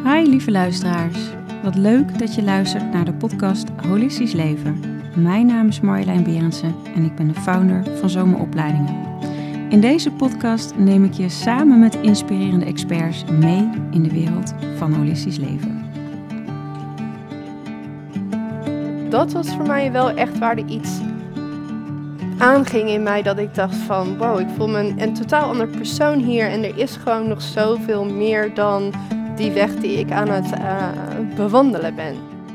Hi lieve luisteraars, wat leuk dat je luistert naar de podcast Holistisch Leven. Mijn naam is Marjolein Berendsen en ik ben de founder van Zomeropleidingen. In deze podcast neem ik je samen met inspirerende experts mee in de wereld van holistisch leven. Dat was voor mij wel echt waar er iets aanging in mij, dat ik dacht van wow, ik voel me een totaal ander persoon hier en er is gewoon nog zoveel meer dan die weg die ik aan het bewandelen ben.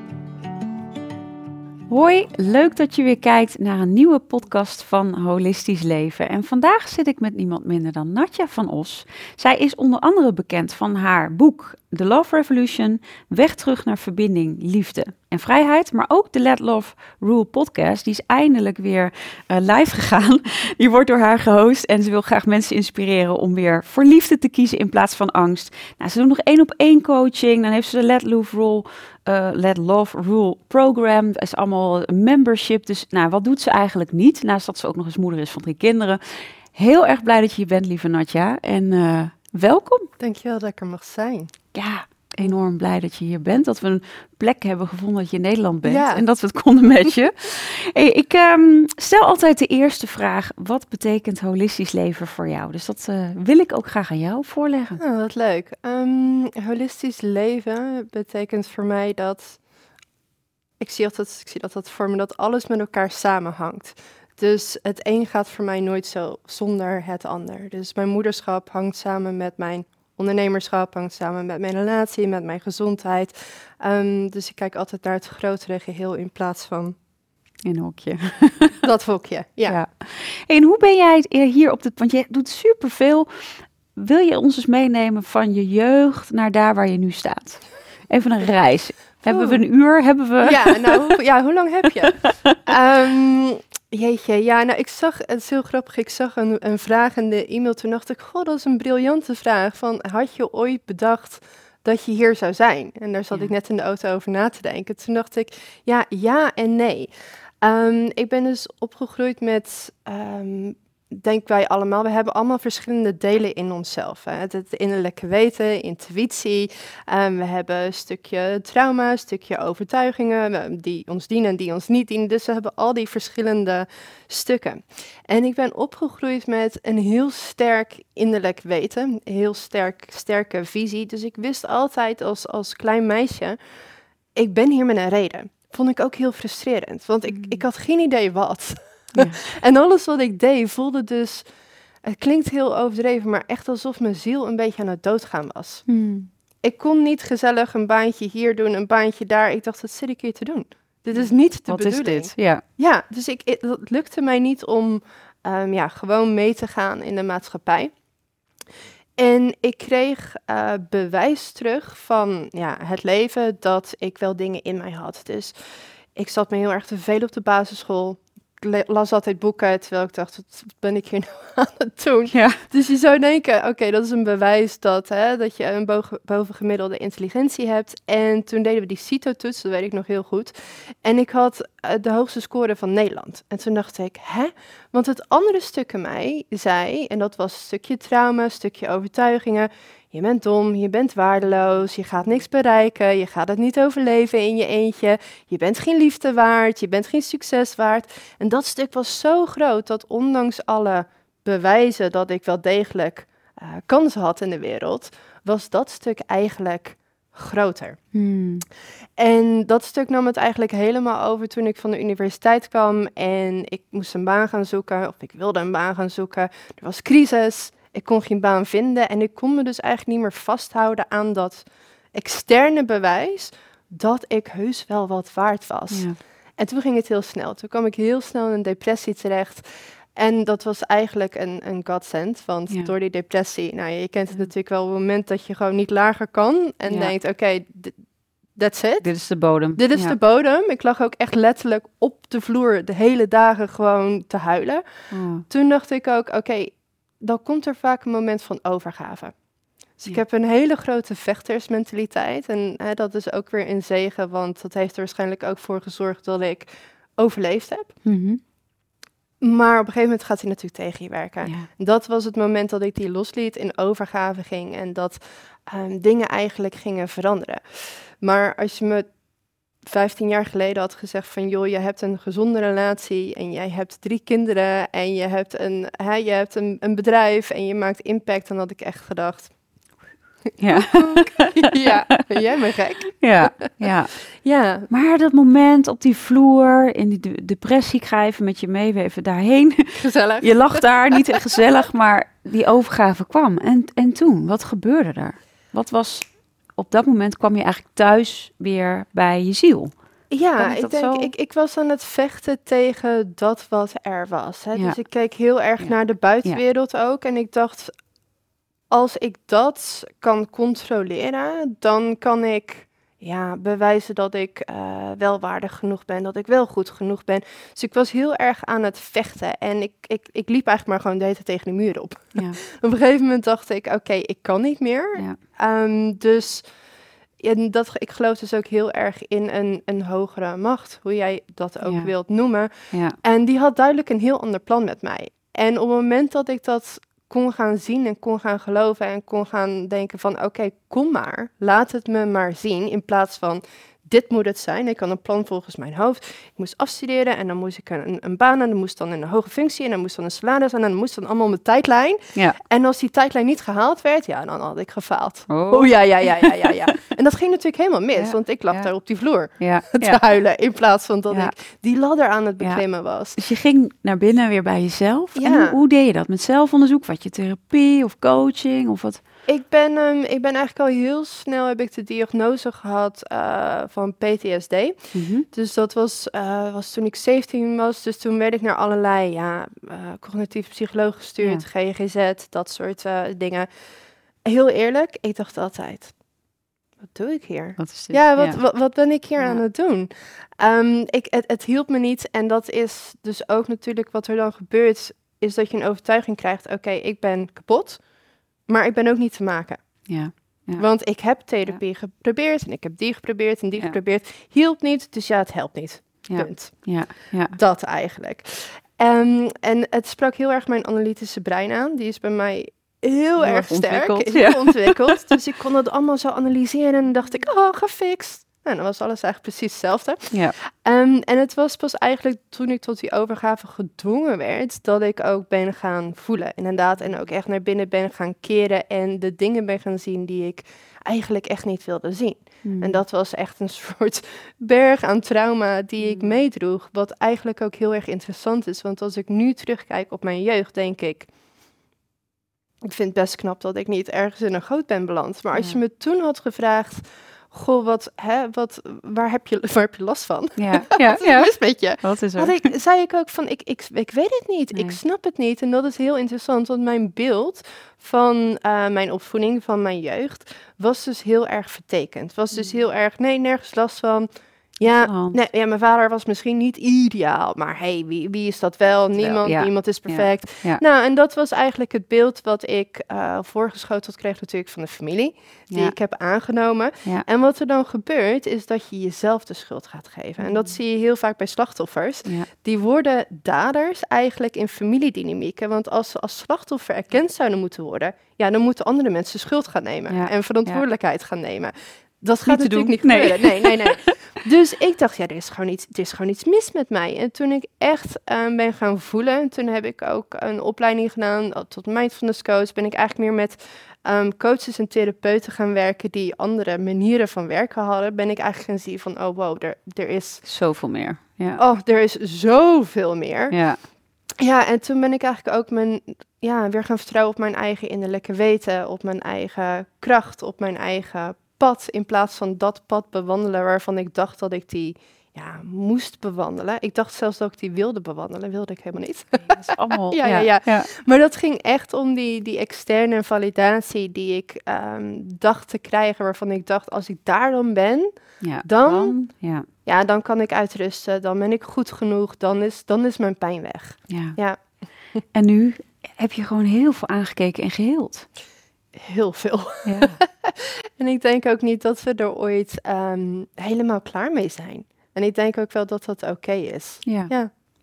Hoi, leuk dat je weer kijkt naar een nieuwe podcast van Holistisch Leven. En vandaag zit ik met niemand minder dan Nadja van Os. Zij is onder andere bekend van haar boek The Love Revolution, Weg terug naar verbinding, liefde en vrijheid. Maar ook de Let Love Rule podcast, die is eindelijk weer live gegaan. Die wordt door haar gehost en ze wil graag mensen inspireren om weer voor liefde te kiezen in plaats van angst. Nou, ze doet nog 1-op-1 coaching, dan heeft ze de Let Love Rule program. Dat is allemaal een membership. Dus nou, wat doet ze eigenlijk niet? Naast dat ze ook nog eens moeder is van 3 kinderen. Heel erg blij dat je hier bent, lieve Nadja. En welkom. Dankjewel dat ik er mag zijn. Ja, enorm blij dat je hier bent. Dat we een plek hebben gevonden dat je in Nederland bent. Ja. En dat we het konden met je. Hey, ik stel altijd de eerste vraag. Wat betekent holistisch leven voor jou? Dus dat wil ik ook graag aan jou voorleggen. Oh, wat leuk. Holistisch leven betekent voor mij dat ik zie dat voor me dat alles met elkaar samenhangt. Dus het een gaat voor mij nooit zo zonder het ander. Dus mijn moederschap hangt samen met mijn ondernemerschap, hangt samen met mijn relatie, met mijn gezondheid. Dus ik kijk altijd naar het grotere geheel in plaats van In een hokje. dat hokje. Ja. Hey, en hoe ben jij hier op dit... Want je doet superveel. Wil je ons eens meenemen van je jeugd naar daar waar je nu staat? Even een reis. Hebben we een uur? Hoe lang heb je? Jeetje, ja, nou, het is heel grappig. Ik zag een vraag in de e-mail. Toen dacht ik, goh, dat is een briljante vraag. Had je ooit bedacht dat je hier zou zijn? En daar zat ik net in de auto over na te denken. Toen dacht ik, ja en nee. Ik ben dus opgegroeid met, denk wij allemaal, we hebben allemaal verschillende delen in onszelf. Hè. Het innerlijke weten, intuïtie. We hebben een stukje trauma, een stukje overtuigingen die ons dienen en die ons niet dienen. Dus we hebben al die verschillende stukken. En ik ben opgegroeid met een heel sterk innerlijk weten, een heel sterke visie. Dus ik wist altijd als klein meisje, ik ben hier met een reden. Vond ik ook heel frustrerend, want ik had geen idee wat. Ja. En alles wat ik deed voelde dus, het klinkt heel overdreven, maar echt alsof mijn ziel een beetje aan het doodgaan was. Ik kon niet gezellig een baantje hier doen, een baantje daar. Ik dacht, wat zit ik hier te doen? Dit is niet de bedoeling. Wat is dit? Ja, dus het lukte mij niet om gewoon mee te gaan in de maatschappij. En ik kreeg bewijs terug van het leven dat ik wel dingen in mij had. Dus ik zat me heel erg te veel op de basisschool. Ik las altijd boeken, terwijl ik dacht, wat ben ik hier nou aan het doen? Ja. Dus je zou denken, oké, dat is een bewijs dat je een bovengemiddelde intelligentie hebt. En toen deden we die CITO-toets, dat weet ik nog heel goed. En ik had de hoogste score van Nederland. En toen dacht ik, want het andere stuk in mij zei, en dat was een stukje trauma, een stukje overtuigingen. Je bent dom, je bent waardeloos, je gaat niks bereiken, je gaat het niet overleven in je eentje. Je bent geen liefde waard, je bent geen succes waard. En dat stuk was zo groot dat ondanks alle bewijzen dat ik wel degelijk kansen had in de wereld, was dat stuk eigenlijk groter. En dat stuk nam het eigenlijk helemaal over toen ik van de universiteit kwam en ik moest een baan gaan zoeken, of ik wilde een baan gaan zoeken. Er was crisis. Ik kon geen baan vinden en ik kon me dus eigenlijk niet meer vasthouden aan dat externe bewijs dat ik heus wel wat waard was. Ja. En toen ging het heel snel. Toen kwam ik heel snel in een depressie terecht. En dat was eigenlijk een godsend, want door die depressie, je kent het natuurlijk wel, op het moment dat je gewoon niet lager kan en denkt, oké, that's it. Dit is de bodem. Dit is de bodem. Ik lag ook echt letterlijk op de vloer de hele dagen gewoon te huilen. Toen dacht ik ook, oké, dan komt er vaak een moment van overgave. Dus ik heb een hele grote vechtersmentaliteit. En dat is ook weer een zegen, want dat heeft er waarschijnlijk ook voor gezorgd dat ik overleefd heb. Maar op een gegeven moment gaat hij natuurlijk tegen je werken. Ja. Dat was het moment dat ik die losliet, in overgave ging en dat dingen eigenlijk gingen veranderen. Maar als je me 15 jaar geleden had gezegd van, joh, je hebt een gezonde relatie en jij hebt 3 kinderen en je hebt een bedrijf en je maakt impact, dan had ik echt gedacht, Ja. ja, jij bent gek. Ja, ja. Ja, Maar dat moment op die vloer, in die depressie, ik ga even met je mee, we even daarheen. gezellig. Je lag daar, niet echt gezellig, maar die overgave kwam. En toen, wat gebeurde er? Wat was, op dat moment kwam je eigenlijk thuis weer bij je ziel. Kan Ja, ik ik dat denk, zo? ik was aan het vechten tegen dat wat er was. Hè? Ja. Dus ik keek heel erg Ja. naar de buitenwereld ook. En ik dacht, als ik dat kan controleren, dan kan ik bewijzen dat ik wel waardig genoeg ben, dat ik wel goed genoeg ben. Dus ik was heel erg aan het vechten. En ik liep eigenlijk maar gewoon de hele tijd tegen de muur op. Ja, Op een gegeven moment dacht ik, oké, ik kan niet meer. ja, Dus ik geloof dus ook heel erg in een hogere macht, hoe jij dat ook Ja. wilt noemen. ja, En die had duidelijk een heel ander plan met mij. En op het moment dat ik dat kon gaan zien en kon gaan geloven en kon gaan denken van, oké, kom maar, laat het me maar zien, in plaats van, dit moet het zijn. Ik had een plan volgens mijn hoofd. Ik moest afstuderen en dan moest ik een baan en dan moest dan een hoge functie en dan moest dan een salaris en dan moest dan allemaal mijn tijdlijn. ja. En als die tijdlijn niet gehaald werd, ja, dan had ik gefaald. Oh. Ja. En dat ging natuurlijk helemaal mis, Ja, want ik lag ja. daar op die vloer Ja, te ja. huilen, in plaats van dat Ja. ik die ladder aan het Ja. beklimmen was. Dus je ging naar binnen weer bij jezelf. Ja. En hoe deed je dat? Met zelfonderzoek? Wat je therapie of coaching of wat? Ik ben eigenlijk al heel snel, heb ik de diagnose gehad van PTSD. Mhm. Dus dat was toen ik 17 was. Dus toen werd ik naar allerlei cognitief psycholoog gestuurd, GGZ, dat soort dingen. Heel eerlijk, ik dacht altijd, wat doe ik hier? Wat is dit? Ja, wat ben ik hier Ja. aan het doen? Het hielp me niet. En dat is dus ook natuurlijk wat er dan gebeurt, is dat je een overtuiging krijgt. Oké, ik ben kapot, maar ik ben ook niet te maken. Ja. Ja. Want ik heb therapie geprobeerd en ik heb die geprobeerd en die Ja. geprobeerd. Hielp niet, dus ja, het helpt niet. Ja. Punt. Ja. Ja. Dat eigenlijk. En het sprak heel erg mijn analytische brein aan. Die is bij mij heel erg sterk, ontwikkeld. heel Ja. ontwikkeld. Dus ik kon het allemaal zo analyseren en dan dacht ik, oh, gefixt. En dan was alles eigenlijk precies hetzelfde. Ja. En het was pas eigenlijk toen ik tot die overgave gedwongen werd, dat ik ook ben gaan voelen, inderdaad. En ook echt naar binnen ben gaan keren en de dingen ben gaan zien die ik eigenlijk echt niet wilde zien. En dat was echt een soort berg aan trauma die ik meedroeg, wat eigenlijk ook heel erg interessant is. Want als ik nu terugkijk op mijn jeugd, denk ik vind het best knap dat ik niet ergens in een goot ben beland. Maar als je me toen had gevraagd, goh, waar heb je last van? Ja. Wat is er mis met je? Wat is er? Zei ik ook van, ik weet het niet. Nee. Ik snap het niet. En dat is heel interessant, want mijn beeld van mijn opvoeding, van mijn jeugd, was dus heel erg vertekend. Was dus heel erg, nee, nergens last van. Ja, mijn vader was misschien niet ideaal, maar hey, wie is dat wel? Niemand is perfect. Ja. Nou, en dat was eigenlijk het beeld wat ik voorgeschoteld kreeg natuurlijk van de familie, die ik heb aangenomen. Ja. En wat er dan gebeurt, is dat je jezelf de schuld gaat geven. En dat zie je heel vaak bij slachtoffers. Ja. Die worden daders eigenlijk in familiedynamieken. Want als ze als slachtoffer erkend zouden moeten worden, ja, dan moeten andere mensen schuld gaan nemen en verantwoordelijkheid gaan nemen. Dat gaat natuurlijk niet gebeuren. Nee. Dus ik dacht, ja, er is gewoon iets mis met mij. En toen ik echt ben gaan voelen, toen heb ik ook een opleiding gedaan tot mindfulness coach. Ben ik eigenlijk meer met coaches en therapeuten gaan werken die andere manieren van werken hadden. Ben ik eigenlijk gaan zien van, oh wow, er is zoveel meer. Ja. Oh, er is zoveel meer. Ja. Ja, en toen ben ik eigenlijk ook weer gaan vertrouwen op mijn eigen innerlijke weten, op mijn eigen kracht, op mijn eigen pad, in plaats van dat pad bewandelen waarvan ik dacht dat ik die moest bewandelen. Ik dacht zelfs dat ik die wilde bewandelen, wilde ik helemaal niet. Dat is allemaal... Ja. Maar dat ging echt om die externe validatie die ik dacht te krijgen, waarvan ik dacht, als ik daar dan ben, dan kan ik uitrusten, dan ben ik goed genoeg, dan is mijn pijn weg. Ja. En nu heb je gewoon heel veel aangekeken en geheeld. Heel veel. Ja. En ik denk ook niet dat we er ooit helemaal klaar mee zijn. En ik denk ook wel dat dat oké is. Ja.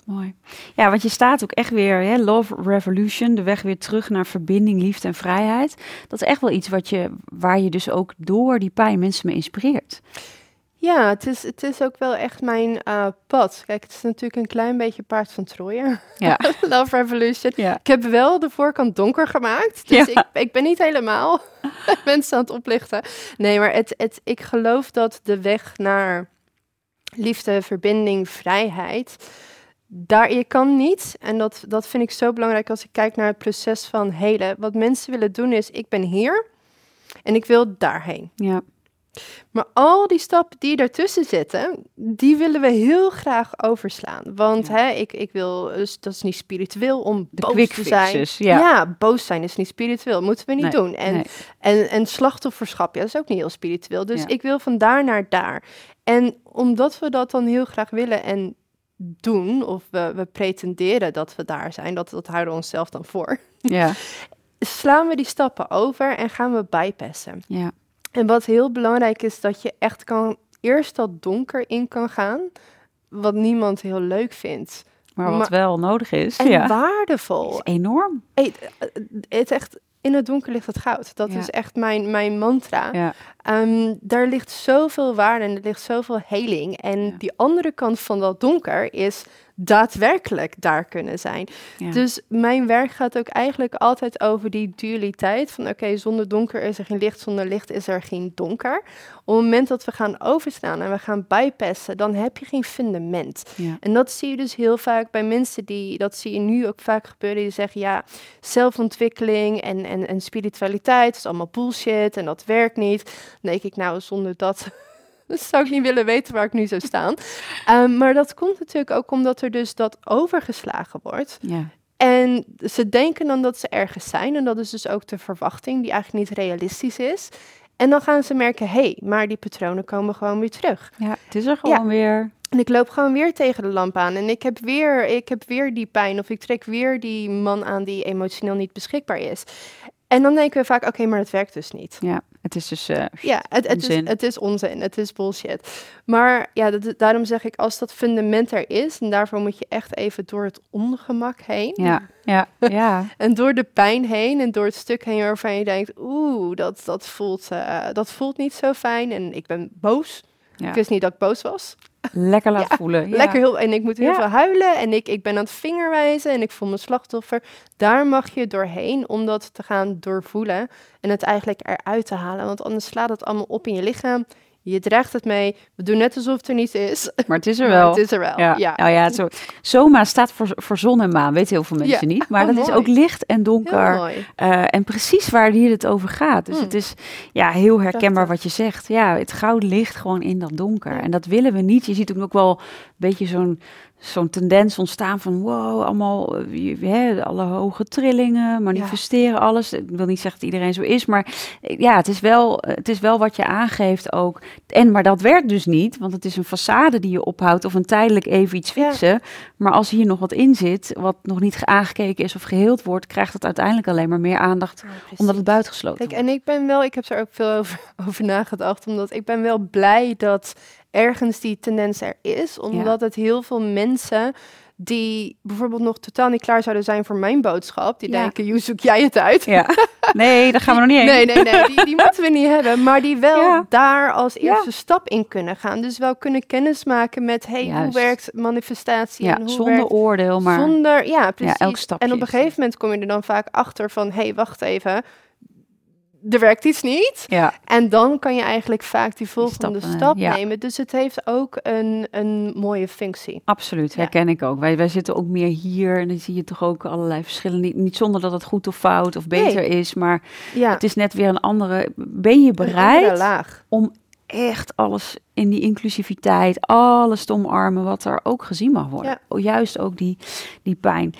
Mooi. Ja, want je staat ook echt weer, hè, Love Revolution, de weg weer terug naar verbinding, liefde en vrijheid. Dat is echt wel iets waar je dus ook door die pijn mensen mee inspireert. Ja, het is ook wel echt mijn pad. Kijk, het is natuurlijk een klein beetje paard van Troje. Ja. Love Revolution. Ja. Ik heb wel de voorkant donker gemaakt. Dus ik ben niet helemaal mensen aan het oplichten. Nee, maar ik geloof dat de weg naar liefde, verbinding, vrijheid, daar je kan niet, en dat vind ik zo belangrijk als ik kijk naar het proces van helen. Wat mensen willen doen is, ik ben hier en ik wil daarheen. Ja. Maar al die stappen die daartussen zitten, die willen we heel graag overslaan. Want ik wil, dus dat is niet spiritueel om De boos quick te zijn. fixes, ja. Boos zijn is niet spiritueel, moeten we niet doen. En slachtofferschap, dat is ook niet heel spiritueel. Dus ik wil van daar naar daar. En omdat we dat dan heel graag willen en doen, of we pretenderen dat we daar zijn, dat houden we onszelf dan voor. Ja. Slaan we die stappen over en gaan we bypassen. Ja. En wat heel belangrijk is, dat je echt eerst dat donker in kan gaan, wat niemand heel leuk vindt. Maar wat wel nodig is. En waardevol. Is enorm. Het echt, in het donker ligt het goud. Dat is echt mijn mantra. Ja. Daar ligt zoveel waarde en er ligt zoveel heling. En die andere kant van dat donker is daadwerkelijk daar kunnen zijn. Ja. Dus mijn werk gaat ook eigenlijk altijd over die dualiteit van oké, zonder donker is er geen licht, zonder licht is er geen donker. Op het moment dat we gaan overslaan en we gaan bypassen, dan heb je geen fundament. Ja. En dat zie je dus heel vaak bij mensen dat zie je nu ook vaak gebeuren, die zeggen ja, zelfontwikkeling en spiritualiteit is allemaal bullshit en dat werkt niet. Dan denk ik nou, zonder dat zou ik niet willen weten waar ik nu zou staan. Maar dat komt natuurlijk ook omdat er dus dat overgeslagen wordt. Ja. En ze denken dan dat ze ergens zijn. En dat is dus ook de verwachting die eigenlijk niet realistisch is. En dan gaan ze merken, maar die patronen komen gewoon weer terug. Ja, het is er gewoon weer. En ik loop gewoon weer tegen de lamp aan. En ik heb weer die pijn. Of ik trek weer die man aan die emotioneel niet beschikbaar is. En dan denken we vaak, oké, maar het werkt dus niet. Ja, het is dus het is onzin, het is bullshit. Maar ja, daarom zeg ik, als dat fundament er is, en daarvoor moet je echt even door het ongemak heen. Ja. En door de pijn heen en door het stuk heen waarvan je denkt, dat voelt niet zo fijn en ik ben boos. Ja. Ik wist niet dat ik boos was. Lekker laten voelen. Ja. Lekker en ik moet heel veel huilen en ik ben aan het vingerwijzen en ik voel me slachtoffer. Daar mag je doorheen om dat te gaan doorvoelen en het eigenlijk eruit te halen. Want anders slaat het allemaal op in je lichaam. Je draagt het mee. We doen net alsof het er niet is. Maar het is er wel. Het is er wel, ja. Nou ja, Soma staat voor zon en maan. Weten heel veel mensen niet. Maar dat is ook licht en donker. En precies waar hier het over gaat. Dus het is heel herkenbaar wat je zegt. Ja, het goud ligt gewoon in dat donker. Ja. En dat willen we niet. Je ziet ook wel een beetje zo'n tendens ontstaan van wow, allemaal alle hoge trillingen, manifesteren alles. Ik wil niet zeggen dat iedereen zo is, maar ja, het is wel wat je aangeeft ook. Maar dat werkt dus niet, want het is een façade die je ophoudt of een tijdelijk even iets fixen. Ja. Maar als hier nog wat in zit, wat nog niet aangekeken is of geheeld wordt, krijgt het uiteindelijk alleen maar meer aandacht, omdat het buitengesloten wordt. En ik heb er ook veel over nagedacht, omdat ik ben wel blij dat ergens die tendens er is, omdat het heel veel mensen die bijvoorbeeld nog totaal niet klaar zouden zijn voor mijn boodschap, die denken, hoe zoek jij het uit? Ja. Nee, daar gaan we nog niet heen. Nee, die moeten we niet hebben, maar die wel daar als eerste stap in kunnen gaan. Dus wel kunnen kennismaken met, hoe werkt manifestatie? Ja, en hoe zonder oordeel, maar precies. Elk stapje en op een gegeven moment kom je er dan vaak achter van, wacht even, er werkt iets niet. Ja. En dan kan je eigenlijk vaak die volgende stap nemen. Dus het heeft ook een mooie functie. Absoluut, herken ik ook. Wij zitten ook meer hier en dan zie je toch ook allerlei verschillen. Niet zonder dat het goed of fout of beter is, maar het is net weer een andere. Ben je bereid om echt alles in die inclusiviteit, alles te omarmen wat er ook gezien mag worden? Ja. Juist ook die pijn.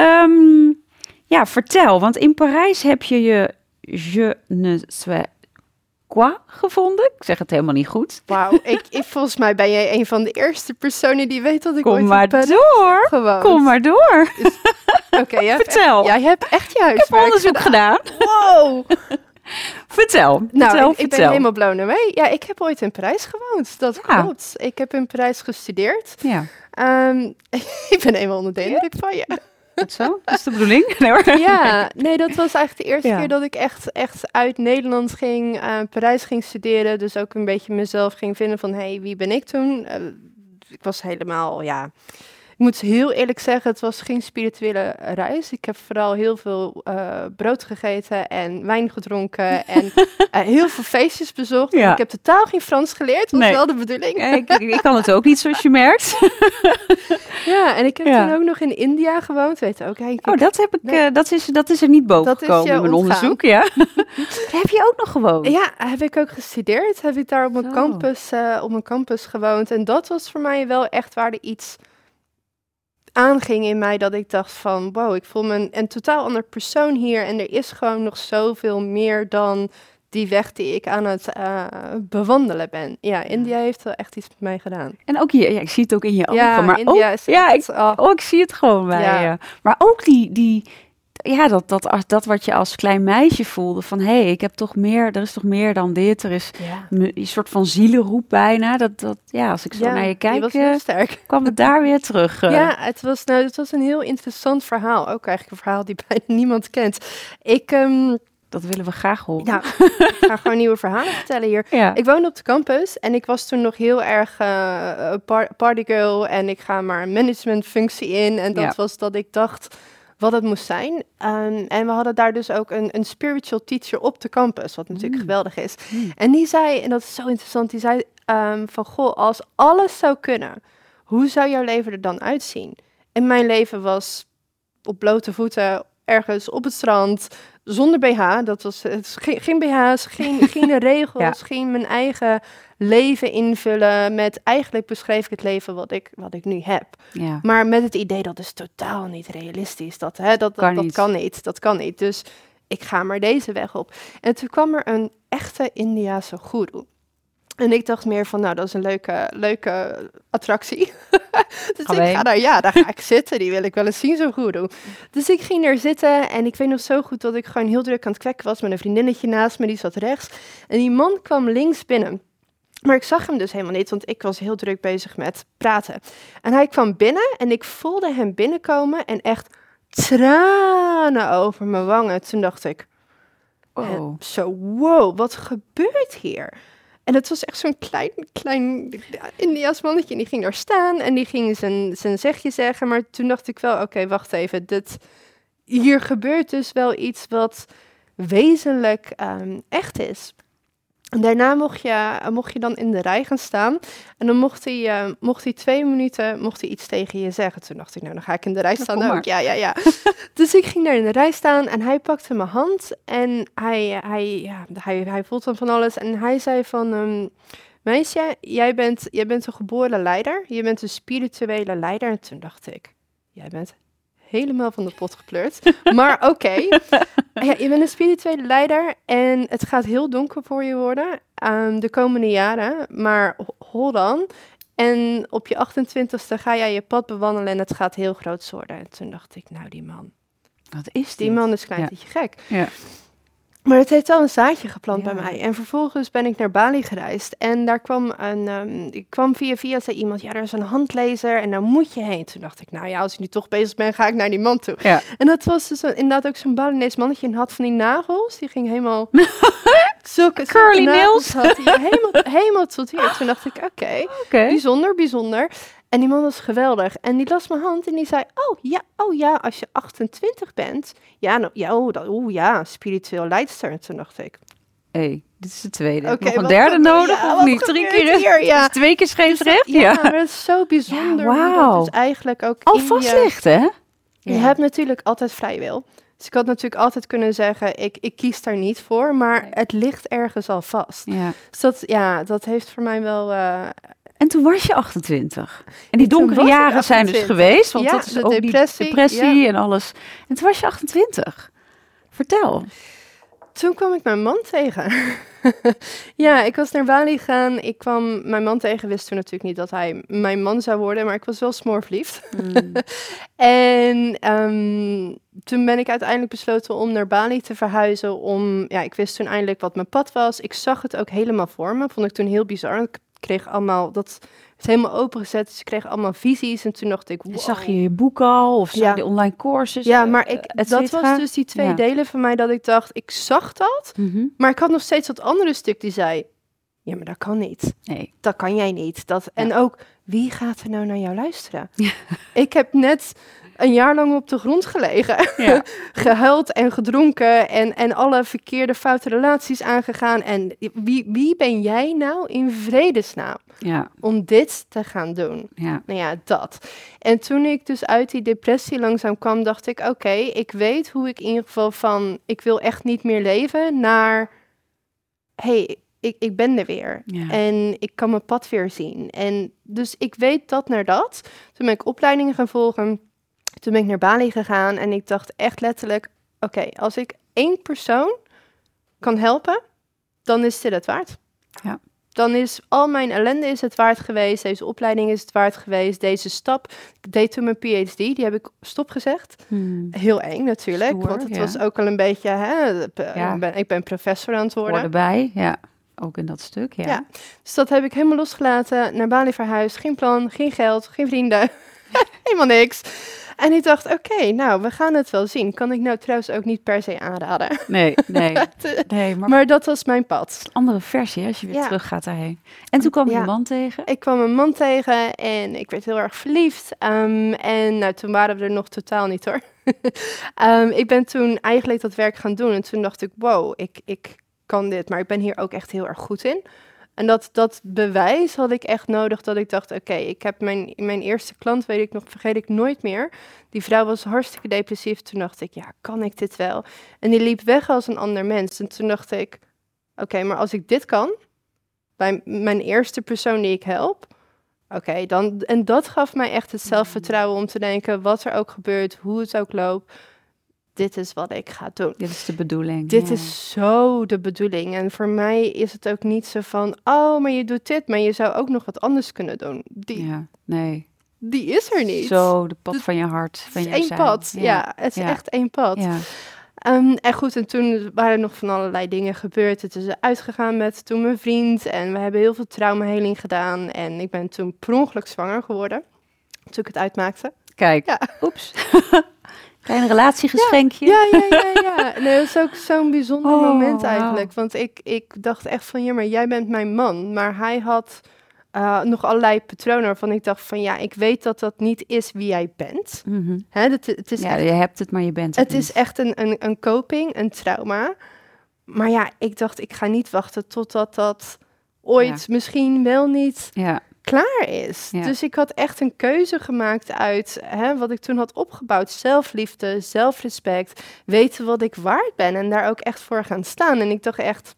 Vertel, want in Parijs heb je Je ne sais quoi gevonden. Ik zeg het helemaal niet goed. Wauw, volgens mij ben jij een van de eerste personen die weet dat ik Kom maar door. Oké, vertel. Jij hebt echt je huiswerk Ik heb onderzoek gedaan. Wow. Vertel. Ik ben helemaal blown away. Ja, ik heb ooit in Parijs gewoond. Dat klopt. Ik heb in Parijs gestudeerd. Ja. Ik ben helemaal onder de indruk van je. Goed zo, dat is de bedoeling. Nee, hoor. Ja, nee, dat was eigenlijk de eerste keer dat ik echt uit Nederland ging, Parijs ging studeren. Dus ook een beetje mezelf ging vinden van, wie ben ik toen? Ik was helemaal, ik moet heel eerlijk zeggen, het was geen spirituele reis. Ik heb vooral heel veel brood gegeten en wijn gedronken en heel veel feestjes bezocht. Ja. Ik heb totaal geen Frans geleerd, was wel de bedoeling. Ik kan het ook niet, zoals je merkt. Ja, en ik heb toen ook nog in India gewoond, weet je ook. Dat is er niet boven gekomen in mijn onderzoek. Ja. Daar heb je ook nog gewoond? Ja, heb ik ook gestudeerd. Heb ik daar op mijn campus gewoond. En dat was voor mij wel echt waar er iets aanging in mij, dat ik dacht van, wow, ik voel me een totaal ander persoon hier. En er is gewoon nog zoveel meer dan die weg die ik aan het bewandelen ben. Ja, India heeft wel echt iets met mij gedaan. En ook hier, ik zie het ook in je ogen. Ja, Maar India ook, is echt, ik zie het gewoon bij je. Maar ook dat wat je als klein meisje voelde, van ik heb toch meer, er is toch meer dan dit. Er is een soort van zielenroep bijna. Als ik zo naar je kijk, was heel sterk. Kwam het daar weer terug. Ja, het was een heel interessant verhaal. Ook eigenlijk een verhaal die bijna niemand kent. Dat willen we graag horen. Ja, ik ga gewoon nieuwe verhalen vertellen hier. Ja. Ik woonde op de campus en ik was toen nog heel erg partygirl. En ik ga maar een managementfunctie in. En dat was dat ik dacht wat het moest zijn. En we hadden daar dus ook een spiritual teacher op de campus, wat natuurlijk geweldig is. En die zei, en dat is zo interessant, die zei van, goh, als alles zou kunnen, hoe zou jouw leven er dan uitzien? En mijn leven was op blote voeten, ergens op het strand, zonder BH. Dat was geen BH's, geen regels, geen mijn eigen leven invullen. Met eigenlijk beschreef ik het leven wat ik nu heb. Ja. Maar met het idee dat is totaal niet realistisch. Dat kan niet. Dus ik ga maar deze weg op. En toen kwam er een echte Indiase goeroe. En ik dacht meer van, dat is een leuke attractie. Dus daar ga ik zitten. Die wil ik wel eens zien, zo'n goeroe. Dus ik ging daar zitten en ik weet nog zo goed dat ik gewoon heel druk aan het kwekken was met een vriendinnetje naast me, die zat rechts. En die man kwam links binnen. Maar ik zag hem dus helemaal niet, want ik was heel druk bezig met praten. En hij kwam binnen en ik voelde hem binnenkomen en echt tranen over mijn wangen. Toen dacht ik, wow, wat gebeurt hier? En het was echt zo'n klein Indiaas mannetje. En die ging daar staan en die ging zijn zegje zeggen. Maar toen dacht ik wel, oké, wacht even. Hier gebeurt dus wel iets wat wezenlijk echt is. En daarna mocht je dan in de rij gaan staan. En dan mocht hij 2 minuten iets tegen je zeggen. Toen dacht ik, dan ga ik in de rij staan ook. Ja. Dus ik ging daar in de rij staan en hij pakte mijn hand. En hij voelt dan van alles. En hij zei van, meisje, jij bent een geboren leider. Je bent een spirituele leider. En toen dacht ik, jij bent helemaal van de pot gepleurd. Maar oké. Ja, je bent een spirituele leider en het gaat heel donker voor je worden de komende jaren. Maar hold on. En op je 28ste ga jij je pad bewandelen en het gaat heel groot worden. En toen dacht ik, die man. Wat is dit? Die man is klein beetje gek. Ja. Maar het heeft wel een zaadje geplant bij mij. En vervolgens ben ik naar Bali gereisd. En daar kwam via zei iemand, er is een handlezer en daar moet je heen. Toen dacht ik, als ik nu toch bezig ben, ga ik naar die man toe. Ja. En dat was dus inderdaad ook zo'n Balinese mannetje en had van die nagels. Die ging helemaal zulke curly nails. Had hij helemaal tot hier. Toen dacht ik, oké. Bijzonder. En die man was geweldig. En die las mijn hand en die zei, oh ja, als je 28 bent. Spiritueel leidster. En toen dacht ik, dit is de tweede. Nog een derde nodig of niet? 3 keer hier, ja. Dus 2 keer scheefsrecht? Ja, maar dat is zo bijzonder. Ja, wow. Dat is eigenlijk ook al vast ligt, hè? Ja. Je hebt natuurlijk altijd vrij wil. Dus ik had natuurlijk altijd kunnen zeggen, ik kies daar niet voor. Maar het ligt ergens al vast. Ja. Dus dat heeft voor mij wel... En toen was je 28. En die donkere jaren zijn dus geweest. Want dat is ook depressie en alles. En toen was je 28. Vertel. Toen kwam ik mijn man tegen. Ja, ik was naar Bali gegaan. Ik kwam mijn man tegen. Wist toen natuurlijk niet dat hij mijn man zou worden. Maar ik was wel smoorverliefd. En toen ben ik uiteindelijk besloten om naar Bali te verhuizen. Ik wist toen eindelijk wat mijn pad was. Ik zag het ook helemaal voor me. Vond ik toen heel bizar. Ik kreeg allemaal, dat is helemaal opengezet. Dus ik kreeg allemaal visies en toen dacht ik, wow. Zag je je boek al of zag je online courses? Ja, maar dat cetera? was dus die 2 delen van mij dat ik dacht, ik zag dat, maar ik had nog steeds dat andere stuk die zei, ja, maar dat kan niet. Nee. Dat kan jij niet. En ook, wie gaat er nou naar jou luisteren? Ja. Ik heb net een jaar lang op de grond gelegen. Ja. Gehuild en gedronken en alle verkeerde, foute relaties aangegaan. En wie ben jij nou in vredesnaam om dit te gaan doen? Ja. Nou ja, dat. En toen ik dus uit die depressie langzaam kwam, dacht ik, oké, ik weet hoe ik in ieder geval van, ik wil echt niet meer leven, naar, hey, ik ben er weer. Ja. En ik kan mijn pad weer zien. En dus ik weet dat naar dat. Toen ben ik opleidingen gaan volgen. Toen ben ik naar Bali gegaan. En ik dacht echt letterlijk, oké, als ik 1 persoon kan helpen, dan is dit het waard. Ja. Dan is al mijn ellende is het waard geweest. Deze opleiding is het waard geweest. Deze stap. Ik deed toen mijn PhD. Die heb ik stopgezegd. Heel eng natuurlijk. Stoer, want het was ook al een beetje, ik ben professor aan het worden. Hoor erbij, ja. Ook in dat stuk, ja. Dus dat heb ik helemaal losgelaten. Naar Bali verhuisd. Geen plan, geen geld, geen vrienden. Helemaal niks. En ik dacht, oké, nou, we gaan het wel zien. Kan ik nou trouwens ook niet per se aanraden. Nee. Maar dat was mijn pad. Een andere versie, als je weer terug gaat daarheen. En toen kwam je een man tegen? Ik kwam een man tegen en ik werd heel erg verliefd. En nou, toen waren we er nog totaal niet, hoor. Ik ben toen eigenlijk dat werk gaan doen. En toen dacht ik, wow, ik kan dit, maar ik ben hier ook echt heel erg goed in. En dat bewijs had ik echt nodig, dat ik dacht, oké, ik heb mijn eerste klant, vergeet ik nooit meer. Die vrouw was hartstikke depressief. Toen dacht ik, ja, kan ik dit wel? En die liep weg als een ander mens. En toen dacht ik, oké, maar als ik dit kan, bij mijn eerste persoon die ik help, oké, dan... En dat gaf mij echt het zelfvertrouwen om te denken, wat er ook gebeurt, hoe het ook loopt, dit is wat ik ga doen. Dit is de bedoeling. Dit is zo de bedoeling. En voor mij is het ook niet zo van, oh, maar je doet dit, maar je zou ook nog wat anders kunnen doen. Die is er niet. Zo, de pad van je hart. Van het is één pad. Ja, het is echt één pad. Ja. En goed, en toen waren er nog van allerlei dingen gebeurd. Het is uitgegaan met toen mijn vriend. En we hebben heel veel traumaheling gedaan. En ik ben toen per ongeluk zwanger geworden. Toen ik het uitmaakte. Kijk, oeps. Klein relatiegeschenkje. Ja. Nee, dat is ook zo'n bijzonder moment eigenlijk. Want ik dacht echt van, ja, maar jij bent mijn man. Maar hij had nog allerlei patronen waarvan ik dacht van, ja, ik weet dat dat niet is wie jij bent. Mm-hmm. Het is echt, je hebt het, maar je bent het niet. Is echt een coping, een trauma. Maar ja, ik dacht, ik ga niet wachten totdat dat ooit misschien wel niet... klaar is. Ja. Dus ik had echt een keuze gemaakt uit wat ik toen had opgebouwd. Zelfliefde, zelfrespect, weten wat ik waard ben en daar ook echt voor gaan staan. En ik dacht echt,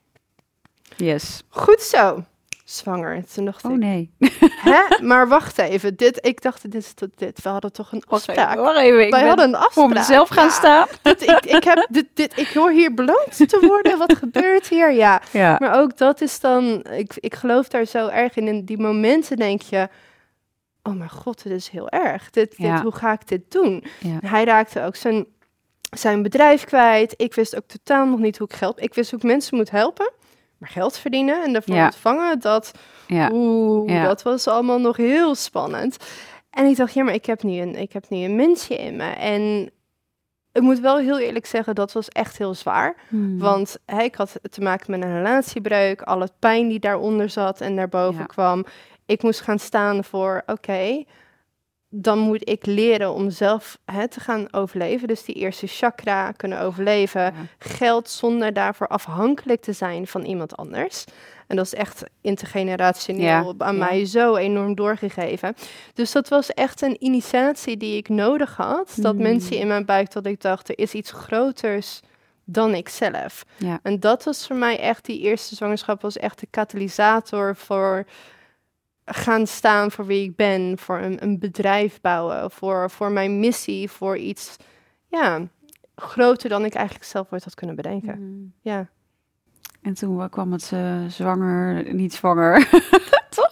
goed zo, zwanger. Toen dacht ik, nee. Maar wacht even, ik dacht, dit, we hadden toch een afspraak. Wacht even, wij hadden een afspraak. Voor mezelf gaan staan. Ik hoor hier beloond te worden, wat gebeurt hier? Ja. Maar ook dat is dan, ik geloof daar zo erg in. In die momenten denk je, oh mijn god, dit is heel erg. Hoe ga ik dit doen? Ja. Hij raakte ook zijn bedrijf kwijt. Ik wist ook totaal nog niet hoe ik geld... Ik wist hoe ik mensen moet helpen. Maar geld verdienen en daarvoor ontvangen, dat was allemaal nog heel spannend. En ik dacht, ja, maar ik heb nu een mensje in me. En ik moet wel heel eerlijk zeggen, dat was echt heel zwaar. Want ik had te maken met een relatiebreuk, al het pijn die daaronder zat en daarboven kwam. Ik moest gaan staan voor, oké, dan moet ik leren om zelf te gaan overleven. Dus die eerste chakra kunnen overleven. Ja. Geld zonder daarvoor afhankelijk te zijn van iemand anders. En dat is echt intergenerationeel aan mij zo enorm doorgegeven. Dus dat was echt een initiatie die ik nodig had. Dat mensen in mijn buik, dat ik dacht, er is iets groters dan ikzelf. Ja. En dat was voor mij echt, die eerste zwangerschap was echt de katalysator voor gaan staan voor wie ik ben, voor een bedrijf bouwen, voor mijn missie, voor iets groter dan ik eigenlijk zelf ooit had kunnen bedenken. Ja. En toen kwam het zwanger, niet zwanger. Toch, hè?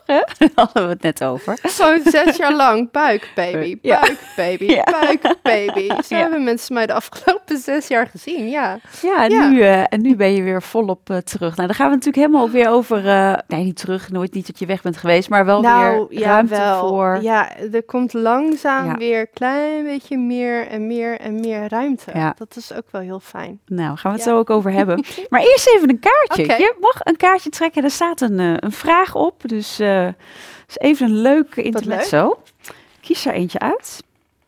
Daar hadden we het net over. Gewoon 6 jaar lang buikbaby, Ja. buikbaby, Ja. buikbaby. Zo Ja. hebben mensen mij de afgelopen 6 jaar gezien, ja. Ja, en, Ja. nu ben je weer volop terug. Nou, dan gaan we natuurlijk helemaal ook weer over... nee, niet terug, nooit niet dat je weg bent geweest, maar wel weer ruimte voor... Ja, er komt langzaam Ja. weer een klein beetje meer en meer en meer ruimte. Ja. Dat is ook wel heel fijn. Nou, gaan we het Ja. zo ook over hebben. Maar eerst even een kaartje. Oké. Je mag een kaartje trekken. Er staat een vraag op. Dus is even een leuk intermezzo. Kies er eentje uit.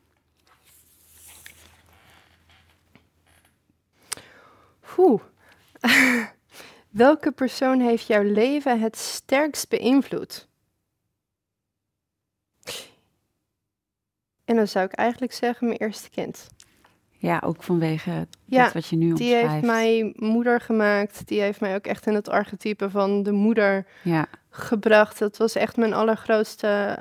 Oeh. Welke persoon heeft jouw leven het sterkst beïnvloed? En dan zou ik eigenlijk zeggen mijn eerste kind. Ja, ook vanwege Ja, dat wat je nu Die omschrijft. heeft mij moeder gemaakt. Die heeft mij ook echt in het archetype van de moeder Ja, gebracht. Dat was echt mijn allergrootste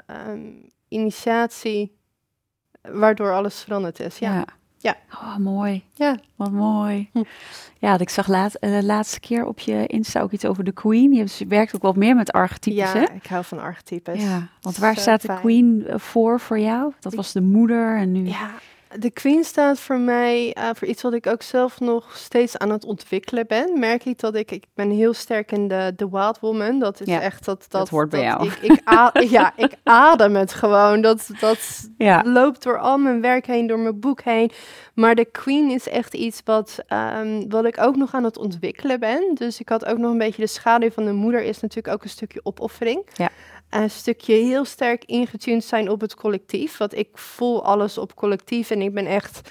initiatie, waardoor alles veranderd is. Ja. Ja. Oh, mooi. Ja. Wat mooi. Hm. Ja, ik zag laatste keer op je Insta ook iets over de Queen. Je werkt ook wat meer met archetypes, hè? Ja, ik hou van archetypes. Ja, want waar Zo staat de fijn. Queen voor jou? Dat was de moeder en nu... Ja, de Queen staat voor mij voor iets wat ik ook zelf nog steeds aan het ontwikkelen ben. Merk ik dat ik ben heel sterk in de Wild Woman. Dat is Ja, echt dat hoort bij jou. Ik adem het gewoon. Dat Ja. loopt door al mijn werk heen, door mijn boek heen. Maar de Queen is echt iets wat ik ook nog aan het ontwikkelen ben. Dus ik had ook nog een beetje de schaduw van de moeder is natuurlijk ook een stukje opoffering. Ja. Een stukje heel sterk ingetuned zijn op het collectief. Want ik voel alles op collectief en ik ben echt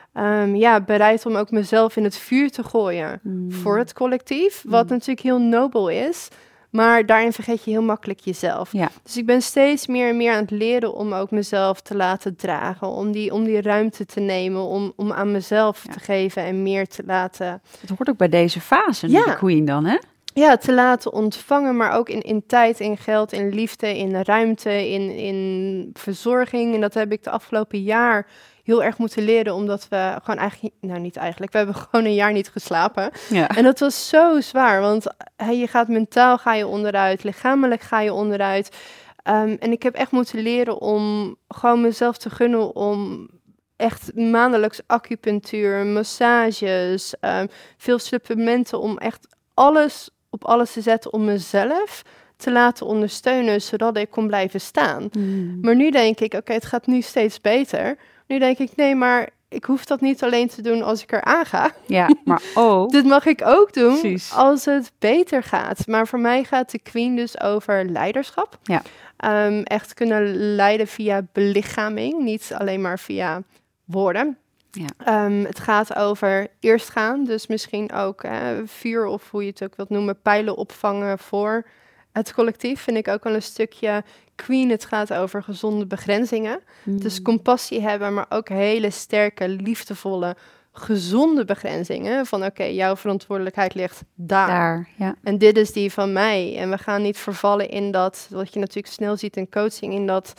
bereid om ook mezelf in het vuur te gooien voor het collectief. Wat natuurlijk heel nobel is. Maar daarin vergeet je heel makkelijk jezelf. Ja. Dus ik ben steeds meer en meer aan het leren om ook mezelf te laten dragen. Om die ruimte te nemen, om aan mezelf te geven en meer te laten... Het hoort ook bij deze fase, nu Ja. de Queen dan, hè? Ja, te laten ontvangen, maar ook in tijd, in geld, in liefde, in ruimte, in verzorging. En dat heb ik de afgelopen jaar heel erg moeten leren, omdat we gewoon eigenlijk... Nou, niet eigenlijk. We hebben gewoon een jaar niet geslapen. Ja. En dat was zo zwaar, want je gaat mentaal ga je onderuit, lichamelijk ga je onderuit. En ik heb echt moeten leren om gewoon mezelf te gunnen om echt maandelijks acupunctuur, massages, veel supplementen, om echt alles op alles te zetten om mezelf te laten ondersteunen, zodat ik kon blijven staan. Maar nu denk ik, oké, het gaat nu steeds beter. Nu denk ik, nee, maar ik hoef dat niet alleen te doen als ik eraan ga. Ja, maar ook... Dit mag ik ook doen Precies. als het beter gaat. Maar voor mij gaat de Queen dus over leiderschap. Ja. Echt kunnen leiden via belichaming, niet alleen maar via woorden. Ja. Het gaat over eerst gaan, dus misschien ook vuur of hoe je het ook wilt noemen, pijlen opvangen voor het collectief. Vind ik ook wel een stukje Queen. Het gaat over gezonde begrenzingen. Dus compassie hebben, maar ook hele sterke, liefdevolle, gezonde begrenzingen. Van oké, jouw verantwoordelijkheid ligt daar. Ja. En dit is die van mij. En we gaan niet vervallen in dat, wat je natuurlijk snel ziet in coaching, in dat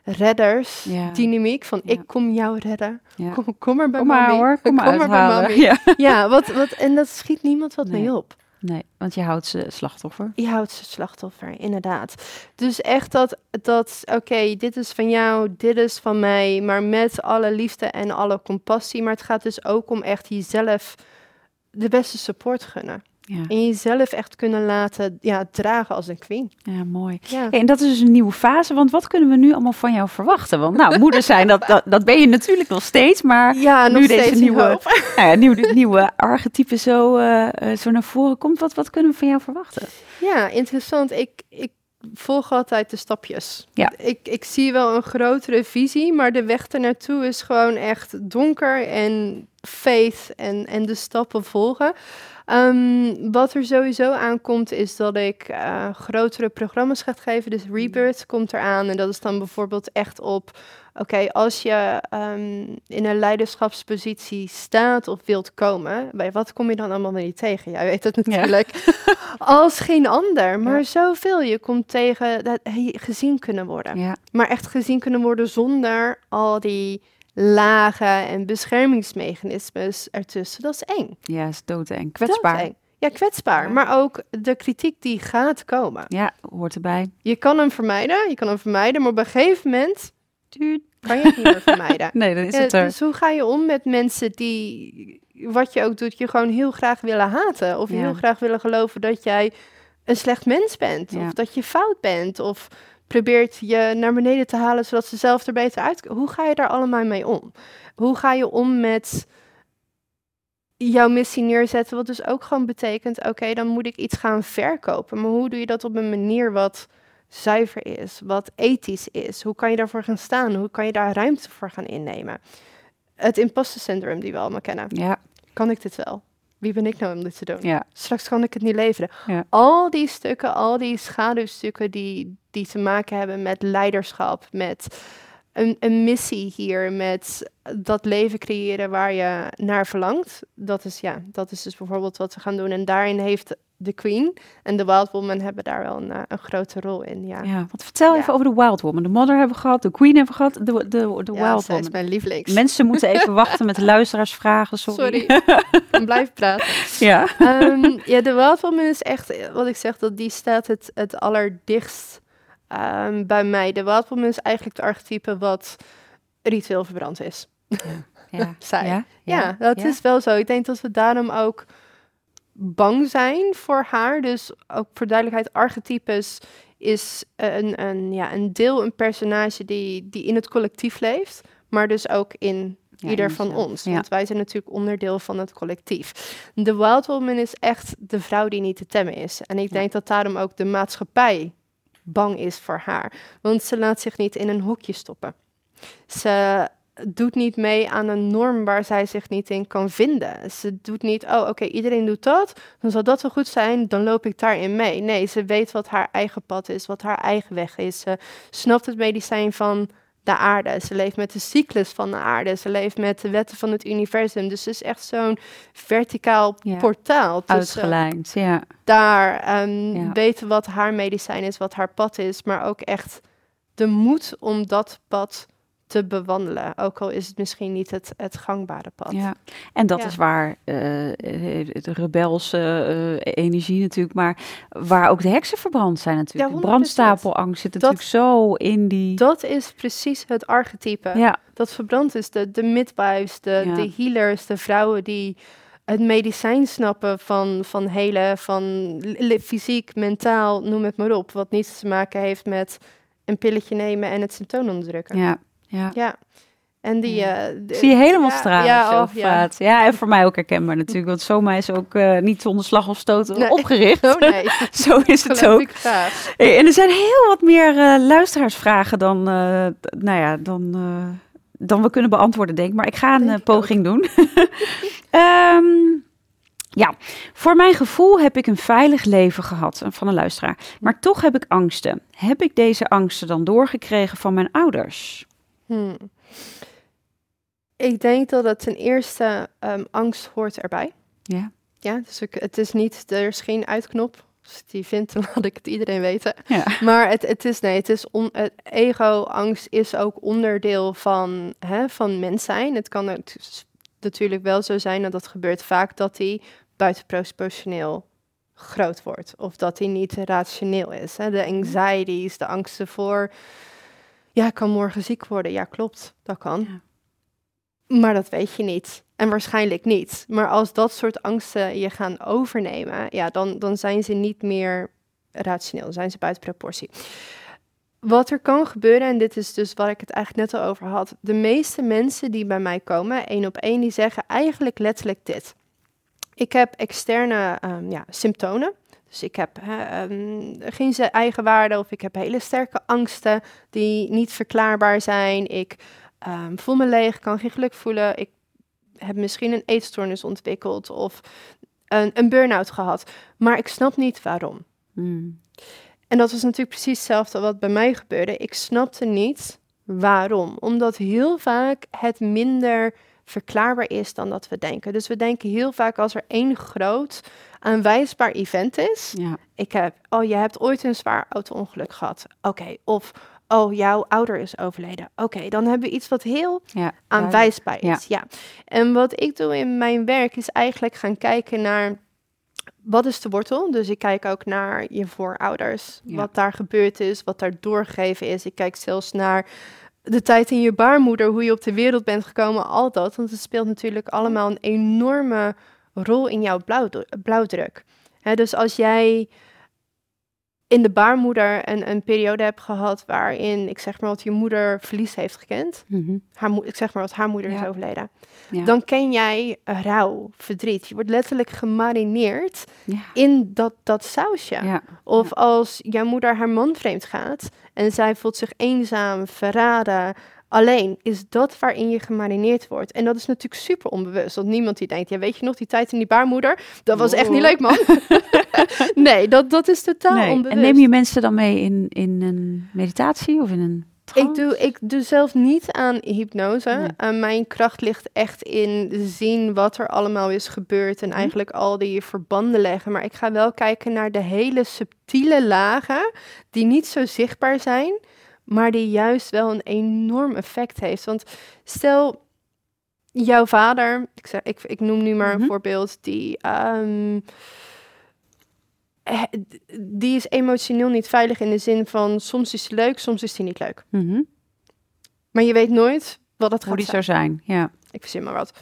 reddersdynamiek van ik kom jou redden. Ja. Kom maar bij Kom maar mami. hoor, kom maar bij uithalen. mami. Ja. Ja, en dat schiet niemand wat Nee. mee op. Nee, want je houdt ze slachtoffer. Je houdt ze slachtoffer, inderdaad. Dus echt dat oké, dit is van jou, dit is van mij, maar met alle liefde en alle compassie. Maar het gaat dus ook om echt jezelf de beste support gunnen. Ja. En jezelf echt kunnen laten dragen als een queen. Ja, mooi. Ja. Hey, en dat is dus een nieuwe fase, want wat kunnen we nu allemaal van jou verwachten? Want nou, moeder zijn, dat ben je natuurlijk nog steeds, maar Ja, nog nu steeds deze in nieuwe, hoop. nieuwe archetype zo naar voren komt, wat kunnen we van jou verwachten? Ja, interessant. Ik volg altijd de stapjes. Ja. Ik zie wel een grotere visie, maar de weg ernaartoe is gewoon echt donker en faith en de stappen volgen. Wat er sowieso aankomt is dat ik grotere programma's ga geven. Dus Rebirth komt eraan en dat is dan bijvoorbeeld echt op... Oké, als je in een leiderschapspositie staat of wilt komen, bij wat kom je dan allemaal niet tegen? Jij weet het natuurlijk. Als geen ander, maar zoveel. Je komt tegen dat gezien kunnen worden. Ja. Maar echt gezien kunnen worden zonder al die lagen en beschermingsmechanismes ertussen. Dat is eng. Ja, is doodeng. Kwetsbaar. Doodeng. Ja, kwetsbaar. Ja. Maar ook de kritiek die gaat komen. Ja, hoort erbij. Je kan hem vermijden, maar op een gegeven moment kan je het niet meer vermijden. Nee, dan is het er. Dus hoe ga je om met mensen die, wat je ook doet, je gewoon heel graag willen haten? Of heel graag willen geloven dat jij een slecht mens bent. Ja. Of dat je fout bent. Of probeert je naar beneden te halen zodat ze zelf er beter uitkomen. Hoe ga je daar allemaal mee om? Hoe ga je om met jouw missie neerzetten? Wat dus ook gewoon betekent, oké, dan moet ik iets gaan verkopen. Maar hoe doe je dat op een manier wat zuiver is, wat ethisch is? Hoe kan je daarvoor gaan staan? Hoe kan je daar ruimte voor gaan innemen? Het imposter syndroom die we allemaal kennen. Ja. Kan ik dit wel? Wie ben ik nou om dit te doen? Ja. Straks kan ik het niet leveren. Ja. Al die stukken, al die schaduwstukken die te maken hebben met leiderschap, met een missie hier, met dat leven creëren waar je naar verlangt. Dat is dus bijvoorbeeld wat we gaan doen. En daarin heeft de Queen en de Wild Woman hebben daar wel een grote rol in. Ja, Want vertel even over de Wild Woman. De Mother hebben we gehad, de Queen hebben we gehad, de Wild Woman. Is mijn lievelings. Mensen moeten even wachten met de luisteraarsvragen. Sorry. Ik blijf praten. Ja. De Wild Woman is echt, wat ik zeg, dat die staat het allerdichtst bij mij. De Wild Woman is eigenlijk het archetype wat ritueel verbrand is. Ja. Zij. Dat is wel zo. Ik denk dat we daarom ook bang zijn voor haar. Dus ook voor duidelijkheid, archetypes is een deel, een personage die in het collectief leeft, maar dus ook in ieder van ons. Want wij zijn natuurlijk onderdeel van het collectief. De Wild Woman is echt de vrouw die niet te temmen is. En ik denk dat daarom ook de maatschappij bang is voor haar. Want ze laat zich niet in een hokje stoppen. Ze doet niet mee aan een norm waar zij zich niet in kan vinden. Ze doet niet, iedereen doet dat, dan zal dat wel goed zijn, dan loop ik daarin mee. Nee, ze weet wat haar eigen pad is, wat haar eigen weg is. Ze snapt het medicijn van de aarde. Ze leeft met de cyclus van de aarde. Ze leeft met de wetten van het universum. Dus ze is echt zo'n verticaal portaal. Uitgelijnd, Daar weten wat haar medicijn is, wat haar pad is, maar ook echt de moed om dat pad te bewandelen. Ook al is het misschien niet het gangbare pad. Ja, en dat is waar de rebelse energie natuurlijk, maar waar ook de heksen verbrand zijn natuurlijk. Ja, brandstapelangst zit natuurlijk zo in die... Dat is precies het archetype. Dat verbrand is. De midwives, de healers, de vrouwen die het medicijn snappen van hele, van fysiek, mentaal, noem het maar op. Wat niets te maken heeft met een pilletje nemen en het symptoom onderdrukken. Ja. En die... zie je helemaal stralen. Ja, en voor mij ook herkenbaar natuurlijk. Want Soma is ook niet zonder slag of stoot opgericht. Oh nee. Zo is het ook. En er zijn heel wat meer luisteraarsvragen dan we kunnen beantwoorden, denk ik. Maar ik ga een poging doen. Voor mijn gevoel heb ik een veilig leven gehad van een luisteraar. Maar toch heb ik angsten. Heb ik deze angsten dan doorgekregen van mijn ouders? Ik denk dat het ten eerste angst hoort erbij. Ja. Ja, dus het is niet, er is geen uitknop. Als ik die vind, dan laat ik het iedereen weten. Ja. Maar het ego-angst is ook onderdeel van mens zijn. Het kan natuurlijk wel zo zijn, en dat gebeurt vaak, dat hij buitenproportioneel groot wordt. Of dat hij niet rationeel is. De anxieties, de angsten voor... Ja, ik kan morgen ziek worden. Ja, klopt. Dat kan. Ja. Maar dat weet je niet. En waarschijnlijk niet. Maar als dat soort angsten je gaan overnemen, dan zijn ze niet meer rationeel. Dan zijn ze buiten proportie. Wat er kan gebeuren, en dit is dus waar ik het eigenlijk net al over had. De meeste mensen die bij mij komen, 1 op 1, die zeggen eigenlijk letterlijk dit. Ik heb externe symptomen. Dus ik heb geen eigenwaarde of ik heb hele sterke angsten die niet verklaarbaar zijn. Ik voel me leeg, kan geen geluk voelen. Ik heb misschien een eetstoornis ontwikkeld of een burn-out gehad. Maar ik snap niet waarom. En dat was natuurlijk precies hetzelfde wat bij mij gebeurde. Ik snapte niet waarom. Omdat heel vaak het minder verklaarbaar is dan dat we denken. Dus we denken heel vaak als er 1 groot aanwijsbaar event is. Ja. Je hebt ooit een zwaar auto-ongeluk gehad. Oké. Of, jouw ouder is overleden. Oké, dan hebben we iets wat heel aanwijsbaar is. Ja. En wat ik doe in mijn werk is eigenlijk gaan kijken naar wat is de wortel? Dus ik kijk ook naar je voorouders. Ja. Wat daar gebeurd is, wat daar doorgegeven is. Ik kijk zelfs naar de tijd in je baarmoeder, hoe je op de wereld bent gekomen, al dat. Want het speelt natuurlijk allemaal een enorme rol in jouw blauwdruk. Dus als jij in de baarmoeder een periode hebt gehad waarin, ik zeg maar wat, je moeder verlies heeft gekend. Ik zeg maar wat, haar moeder is overleden. Ja. Dan ken jij rouw, verdriet. Je wordt letterlijk gemarineerd in dat sausje. Ja. Of als jouw moeder haar man vreemd gaat en zij voelt zich eenzaam, verraden, alleen, is dat waarin je gemarineerd wordt. En dat is natuurlijk super onbewust. Want niemand die denkt, weet je nog, die tijd in die baarmoeder, dat was echt niet leuk, man. Nee, dat is totaal onbewust. En neem je mensen dan mee in een meditatie of in een trance? Ik doe zelf niet aan hypnose. Nee. Mijn kracht ligt echt in zien wat er allemaal is gebeurd en eigenlijk al die verbanden leggen. Maar ik ga wel kijken naar de hele subtiele lagen die niet zo zichtbaar zijn, maar die juist wel een enorm effect heeft. Want stel, jouw vader, ik noem nu maar een voorbeeld, die is emotioneel niet veilig in de zin van soms is hij leuk, soms is hij niet leuk. Maar je weet nooit wat het gaat zijn. Hoe die zou zijn, ja. Ik verzin maar wat.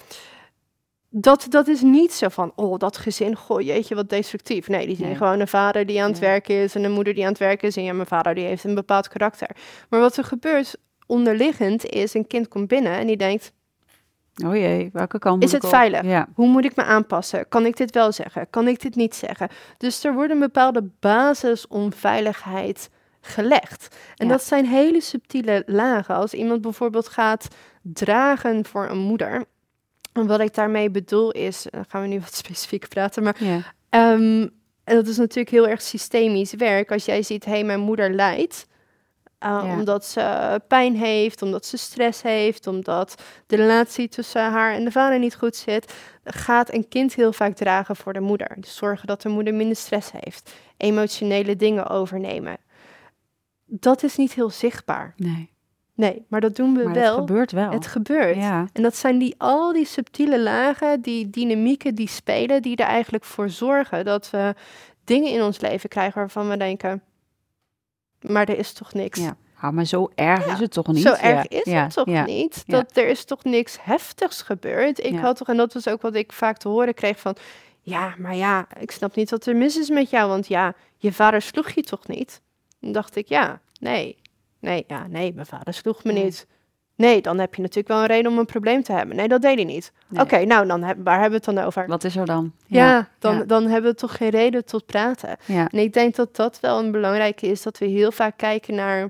Dat is niet zo van, dat gezin, goh, jeetje, wat destructief. Nee, die zien gewoon een vader die aan het werken is en een moeder die aan het werken is. En mijn vader die heeft een bepaald karakter. Maar wat er gebeurt onderliggend is, een kind komt binnen en die denkt, oh jee, welke kant is het veilig? Ja. Hoe moet ik me aanpassen? Kan ik dit wel zeggen? Kan ik dit niet zeggen? Dus er wordt een bepaalde basisonveiligheid gelegd. En dat zijn hele subtiele lagen. Als iemand bijvoorbeeld gaat dragen voor een moeder. En wat ik daarmee bedoel is, dan gaan we nu wat specifiek praten, maar en dat is natuurlijk heel erg systemisch werk. Als jij ziet, mijn moeder lijdt, omdat ze pijn heeft, omdat ze stress heeft, omdat de relatie tussen haar en de vader niet goed zit, gaat een kind heel vaak dragen voor de moeder. Dus zorgen dat de moeder minder stress heeft. Emotionele dingen overnemen. Dat is niet heel zichtbaar. Nee, maar dat doen we wel. Het gebeurt wel. Het gebeurt. Ja. En dat zijn al die subtiele lagen, die dynamieken die spelen, die er eigenlijk voor zorgen dat we dingen in ons leven krijgen waarvan we denken, maar er is toch niks. Ja, maar zo erg is het toch niet? Zo erg is het toch niet? Dat er is toch niks heftigs gebeurd? Ik had toch, en dat was ook wat ik vaak te horen kreeg van, ik snap niet wat er mis is met jou, want je vader sloeg je toch niet? Dan dacht ik, nee, mijn vader sloeg me niet. Nee, dan heb je natuurlijk wel een reden om een probleem te hebben. Nee, dat deed hij niet. Nee. Oké, nou, waar hebben we het dan over? Wat is er dan? Dan hebben we toch geen reden tot praten. Ja. En ik denk dat dat wel een belangrijke is, dat we heel vaak kijken naar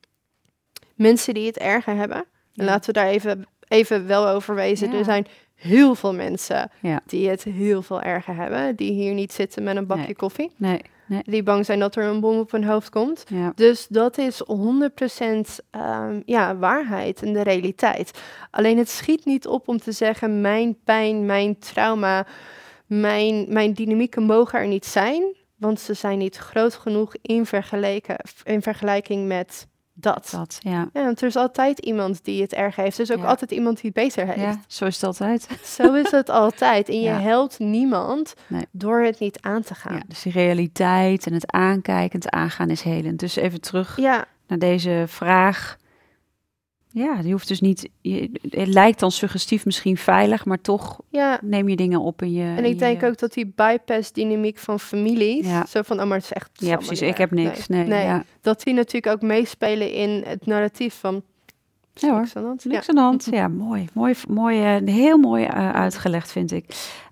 mensen die het erger hebben. En laten we daar even wel over wezen. Er zijn heel veel mensen die het heel veel erger hebben, die hier niet zitten met een bakje koffie. Nee. Die bang zijn dat er een bom op hun hoofd komt. Ja. Dus dat is 100% waarheid en de realiteit. Alleen het schiet niet op om te zeggen, mijn pijn, mijn trauma, mijn dynamieken mogen er niet zijn, want ze zijn niet groot genoeg in vergelijking met dat. Want er is altijd iemand die het erg heeft. Er is ook altijd iemand die het beter heeft. Ja, zo is het altijd. Zo is het altijd. En je helpt niemand door het niet aan te gaan. Ja, dus die realiteit en het aankijken en het aangaan is helend. Dus even terug naar deze vraag. Ja, die hoeft dus niet. Het lijkt dan suggestief misschien veilig, maar toch neem je dingen op in je. En ik denk ook dat die bypass-dynamiek van families, zo van, maar het is echt. Ja, precies. Ik heb niks. Nee. Dat die natuurlijk ook meespelen in het narratief van. Ja hoor, niks aan de hand. Ja, mooi, heel mooi uitgelegd, vind ik.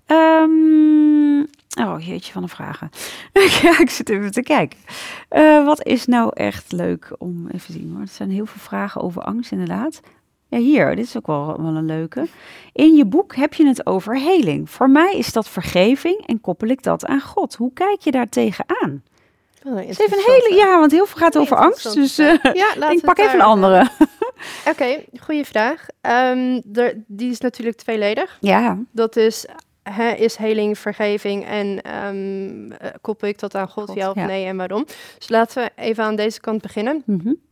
Jeetje van de vragen. Ik zit even te kijken. Wat is nou echt leuk om even te zien hoor. Er zijn heel veel vragen over angst inderdaad. Ja, hier, dit is ook wel een leuke. In je boek heb je het over heling. Voor mij is dat vergeving en koppel ik dat aan God. Hoe kijk je daar tegenaan? Want heel veel gaat over angst. Dus ik pak even een andere. Oké, goede vraag. Die is natuurlijk tweeledig. Ja. Dat is heling, vergeving en koppel ik dat aan God, ja of nee en waarom? Dus laten we even aan deze kant beginnen.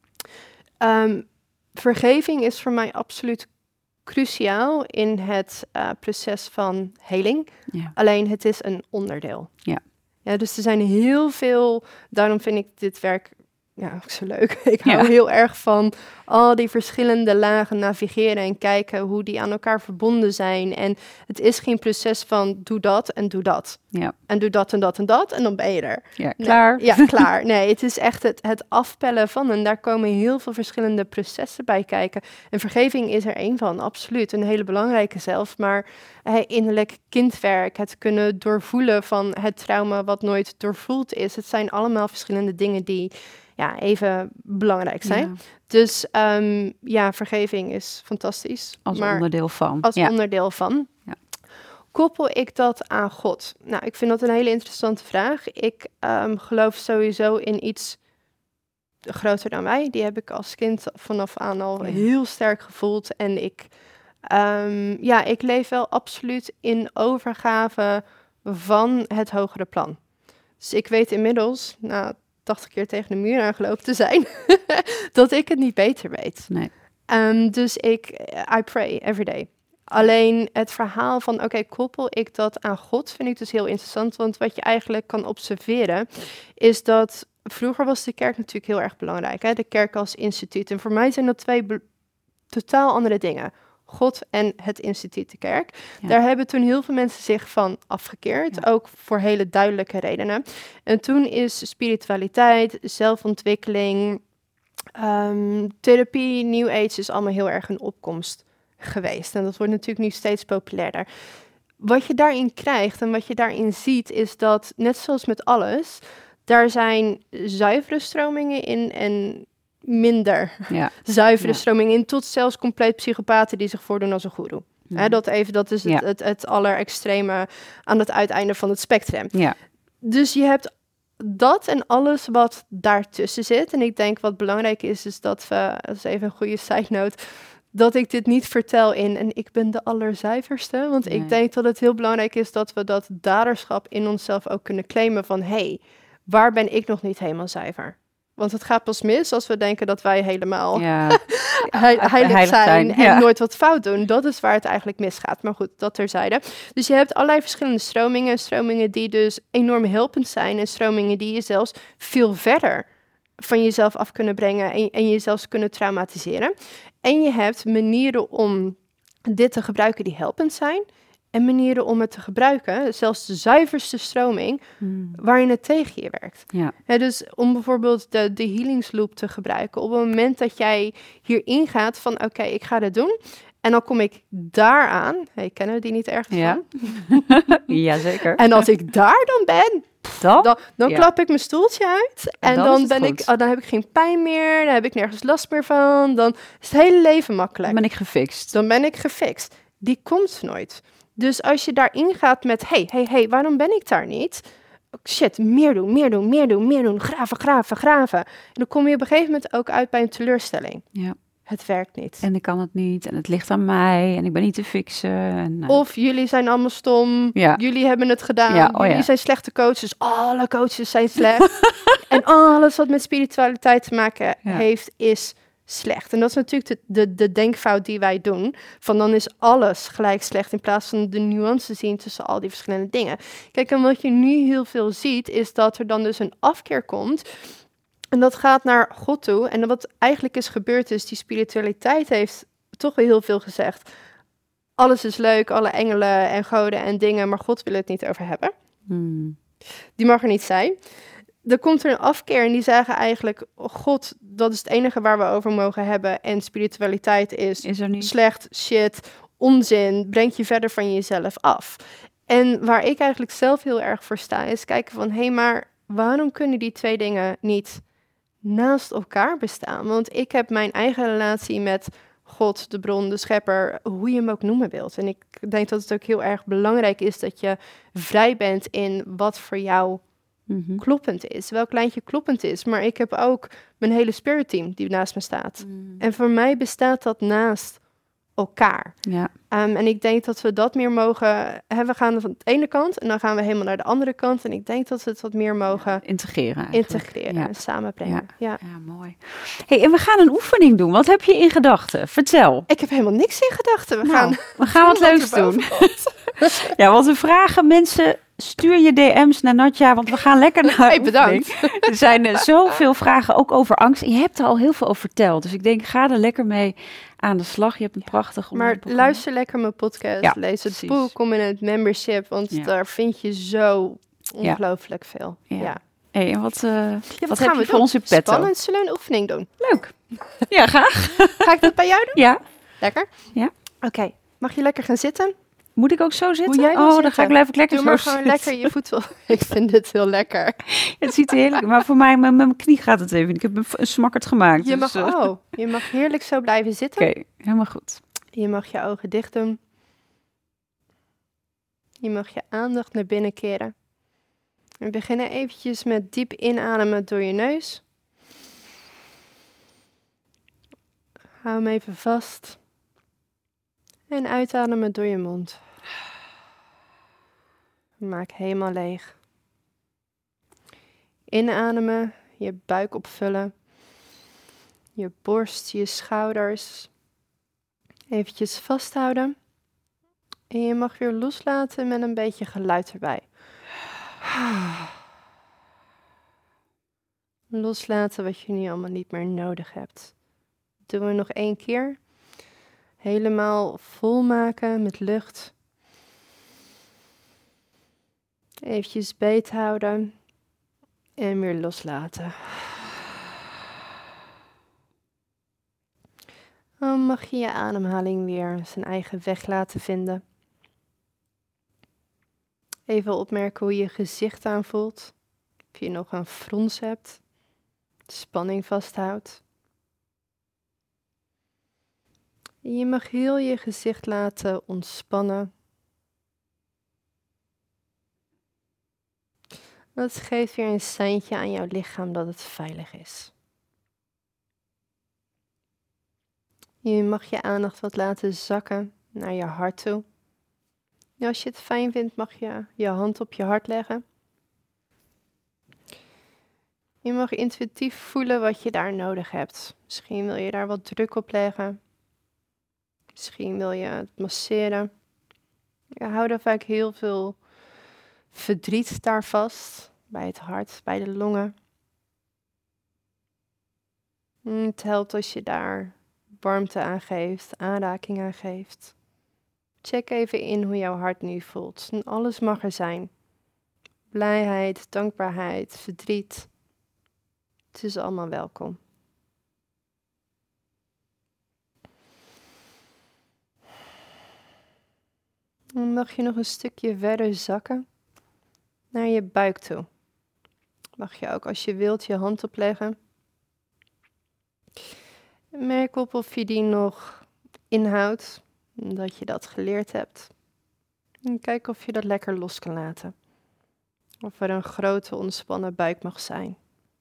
Vergeving is voor mij absoluut cruciaal in het proces van heling. Ja. Alleen het is een onderdeel. Ja. Ja, dus er zijn heel veel, daarom vind ik dit werk ook zo leuk. Ik hou heel erg van al die verschillende lagen navigeren en kijken hoe die aan elkaar verbonden zijn. En het is geen proces van doe dat en doe dat. Ja. En doe dat en dat en dat en dan ben je er. Ja, klaar. Nee, ja, klaar. Nee, het is echt het afpellen van. En daar komen heel veel verschillende processen bij kijken. En vergeving is er één van, absoluut. Een hele belangrijke zelf. Maar innerlijk kindwerk, het kunnen doorvoelen van het trauma wat nooit doorvoeld is. Het zijn allemaal verschillende dingen die even belangrijk zijn. Ja. Dus vergeving is fantastisch. Als onderdeel van. Als onderdeel van. Ja. Koppel ik dat aan God? Nou, ik vind dat een hele interessante vraag. Ik geloof sowieso in iets groter dan wij. Die heb ik als kind vanaf aan al heel sterk gevoeld. En ik leef wel absoluut in overgave van het hogere plan. Dus ik weet inmiddels, 80 keer tegen de muur aangelopen te zijn, dat ik het niet beter weet. Nee. Dus I pray every day. Alleen het verhaal van, koppel ik dat aan God, vind ik dus heel interessant. Want wat je eigenlijk kan observeren, is dat vroeger was de kerk natuurlijk heel erg belangrijk. Hè? De kerk als instituut. En voor mij zijn dat twee totaal andere dingen. God en het instituut de kerk. Ja. Daar hebben toen heel veel mensen zich van afgekeerd. Ook voor hele duidelijke redenen. En toen is spiritualiteit, zelfontwikkeling, therapie, New Age is allemaal heel erg een opkomst geweest. En dat wordt natuurlijk nu steeds populairder. Wat je daarin krijgt en wat je daarin ziet is dat, net zoals met alles, daar zijn zuivere stromingen in en minder zuivere stroming in, tot zelfs compleet psychopaten die zich voordoen als een goeroe. Ja. Dat is het allerextreme aan het uiteinde van het spectrum. Ja. Dus je hebt dat en alles wat daartussen zit. En ik denk wat belangrijk is dat we, dat is even een goede side note, dat ik dit niet vertel en ik ben de allerzuiverste. Want ik denk dat het heel belangrijk is dat we dat daderschap in onszelf ook kunnen claimen van, waar ben ik nog niet helemaal zuiver? Want het gaat pas mis als we denken dat wij helemaal heilig zijn en nooit wat fout doen. Dat is waar het eigenlijk misgaat. Maar goed, dat terzijde. Dus je hebt allerlei verschillende stromingen. Stromingen die dus enorm helpend zijn. En stromingen die je zelfs veel verder van jezelf af kunnen brengen. En jezelf kunnen traumatiseren. En je hebt manieren om dit te gebruiken die helpend zijn. En manieren om het te gebruiken, zelfs de zuiverste stroming, waarin het tegen je werkt. Ja. Dus om bijvoorbeeld de healingsloop te gebruiken. Op het moment dat jij hierin gaat van, ik ga dit doen. En dan kom ik daar aan. Kennen we die niet ergens van? Jazeker. En als ik daar dan ben, dan klap ik mijn stoeltje uit. En dan heb ik geen pijn meer. Dan heb ik nergens last meer van. Dan is het hele leven makkelijk. Dan ben ik gefixt. Die komt nooit. Dus als je daarin gaat met, waarom ben ik daar niet? Shit, meer doen. Graven. En dan kom je op een gegeven moment ook uit bij een teleurstelling. Ja. Het werkt niet. En ik kan het niet. En het ligt aan mij. En ik ben niet te fixen. Of jullie zijn allemaal stom. Ja. Jullie hebben het gedaan. Jullie zijn slechte coaches. Alle coaches zijn slecht. En alles wat met spiritualiteit te maken heeft, is slecht. En dat is natuurlijk de denkfout die wij doen. Van dan is alles gelijk slecht in plaats van de nuance zien tussen al die verschillende dingen. Kijk, en wat je nu heel veel ziet, is dat er dan dus een afkeer komt. En dat gaat naar God toe. En wat eigenlijk is gebeurd is, die spiritualiteit heeft toch weer heel veel gezegd. Alles is leuk, alle engelen en goden en dingen, maar God wil het niet over hebben. Die mag er niet zijn. Dan komt er een afkeer en die zeggen eigenlijk, God, dat is het enige waar we over mogen hebben. En spiritualiteit is er niet. Slecht, shit, onzin, brengt je verder van jezelf af. En waar ik eigenlijk zelf heel erg voor sta, is kijken van, maar waarom kunnen die twee dingen niet naast elkaar bestaan? Want ik heb mijn eigen relatie met God, de bron, de schepper, hoe je hem ook noemen wilt. En ik denk dat het ook heel erg belangrijk is dat je vrij bent in wat voor jou kloppend is, welk lijntje kloppend is. Maar ik heb ook mijn hele spirit team die naast me staat. En voor mij bestaat dat naast elkaar. Ja. En ik denk dat we dat meer mogen. We gaan van de ene kant en dan gaan we helemaal naar de andere kant. En ik denk dat we het wat meer mogen integreren en samenbrengen. Ja, mooi. En we gaan een oefening doen. Wat heb je in gedachten? Vertel. Ik heb helemaal niks in gedachten. We gaan wat leuks doen. Want we vragen mensen stuur je DM's naar Nadja, want we gaan lekker naar Hey, bedankt. oefening. Er zijn zoveel vragen, ook over angst. Je hebt er al heel veel over verteld. Dus ik denk, ga er lekker mee aan de slag. Je hebt een prachtig Maar programma. luister lekker mijn podcast, Ja, lees het precies. boek, kom in het membership, want Ja. daar vind je zo ongelooflijk veel. Ja. Ja. Hey, en wat Wat heb gaan je we voor doen? ons in petto? Spannend, zullen we een oefening doen? Leuk. Ja, graag. Ga ik dat bij jou doen? Ja. Lekker? Ja. Oké, mag je lekker gaan zitten? Moet ik ook zo zitten? Hoe jij wil Dan zitten. ga ik blijf ik lekker Doe zo maar gewoon zitten. lekker je voeten. Ik vind dit heel lekker. Het ziet er heerlijk. Maar voor mij, met mijn knie gaat het even niet. Ik heb een smakkerd gemaakt. Je dus, je mag heerlijk zo blijven zitten. Oké, helemaal goed. Je mag je ogen dicht doen. Je mag je aandacht naar binnen keren. We beginnen eventjes met diep inademen door je neus. Hou hem even vast. En uitademen door je mond. Maak helemaal leeg. Inademen, je buik opvullen. Je borst, je schouders. Eventjes vasthouden. En je mag weer loslaten met een beetje geluid erbij. Loslaten wat je nu allemaal niet meer nodig hebt. Doen we nog 1 keer. Helemaal volmaken met lucht. Eventjes beethouden. En weer loslaten. Dan mag je je ademhaling weer zijn eigen weg laten vinden. Even opmerken hoe je gezicht aanvoelt. Of je nog een frons hebt. Spanning vasthoudt. Je mag heel je gezicht laten ontspannen. Dat geeft weer een seintje aan jouw lichaam dat het veilig is. Je mag je aandacht wat laten zakken naar je hart toe. En als je het fijn vindt, mag je je hand op je hart leggen. Je mag intuïtief voelen wat je daar nodig hebt. Misschien wil je daar wat druk op leggen. Misschien wil je het masseren. Je houdt er vaak heel veel verdriet daar vast. Bij het hart, bij de longen. Het helpt als je daar warmte aan geeft, aanraking aan geeft. Check even in hoe jouw hart nu voelt. En alles mag er zijn. Blijheid, dankbaarheid, verdriet. Het is allemaal welkom. Dan mag je nog een stukje verder zakken naar je buik toe. Mag je ook als je wilt je hand opleggen. Merk op of je die nog inhoudt, dat je dat geleerd hebt. En kijk of je dat lekker los kan laten. Of er een grote ontspannen buik mag zijn.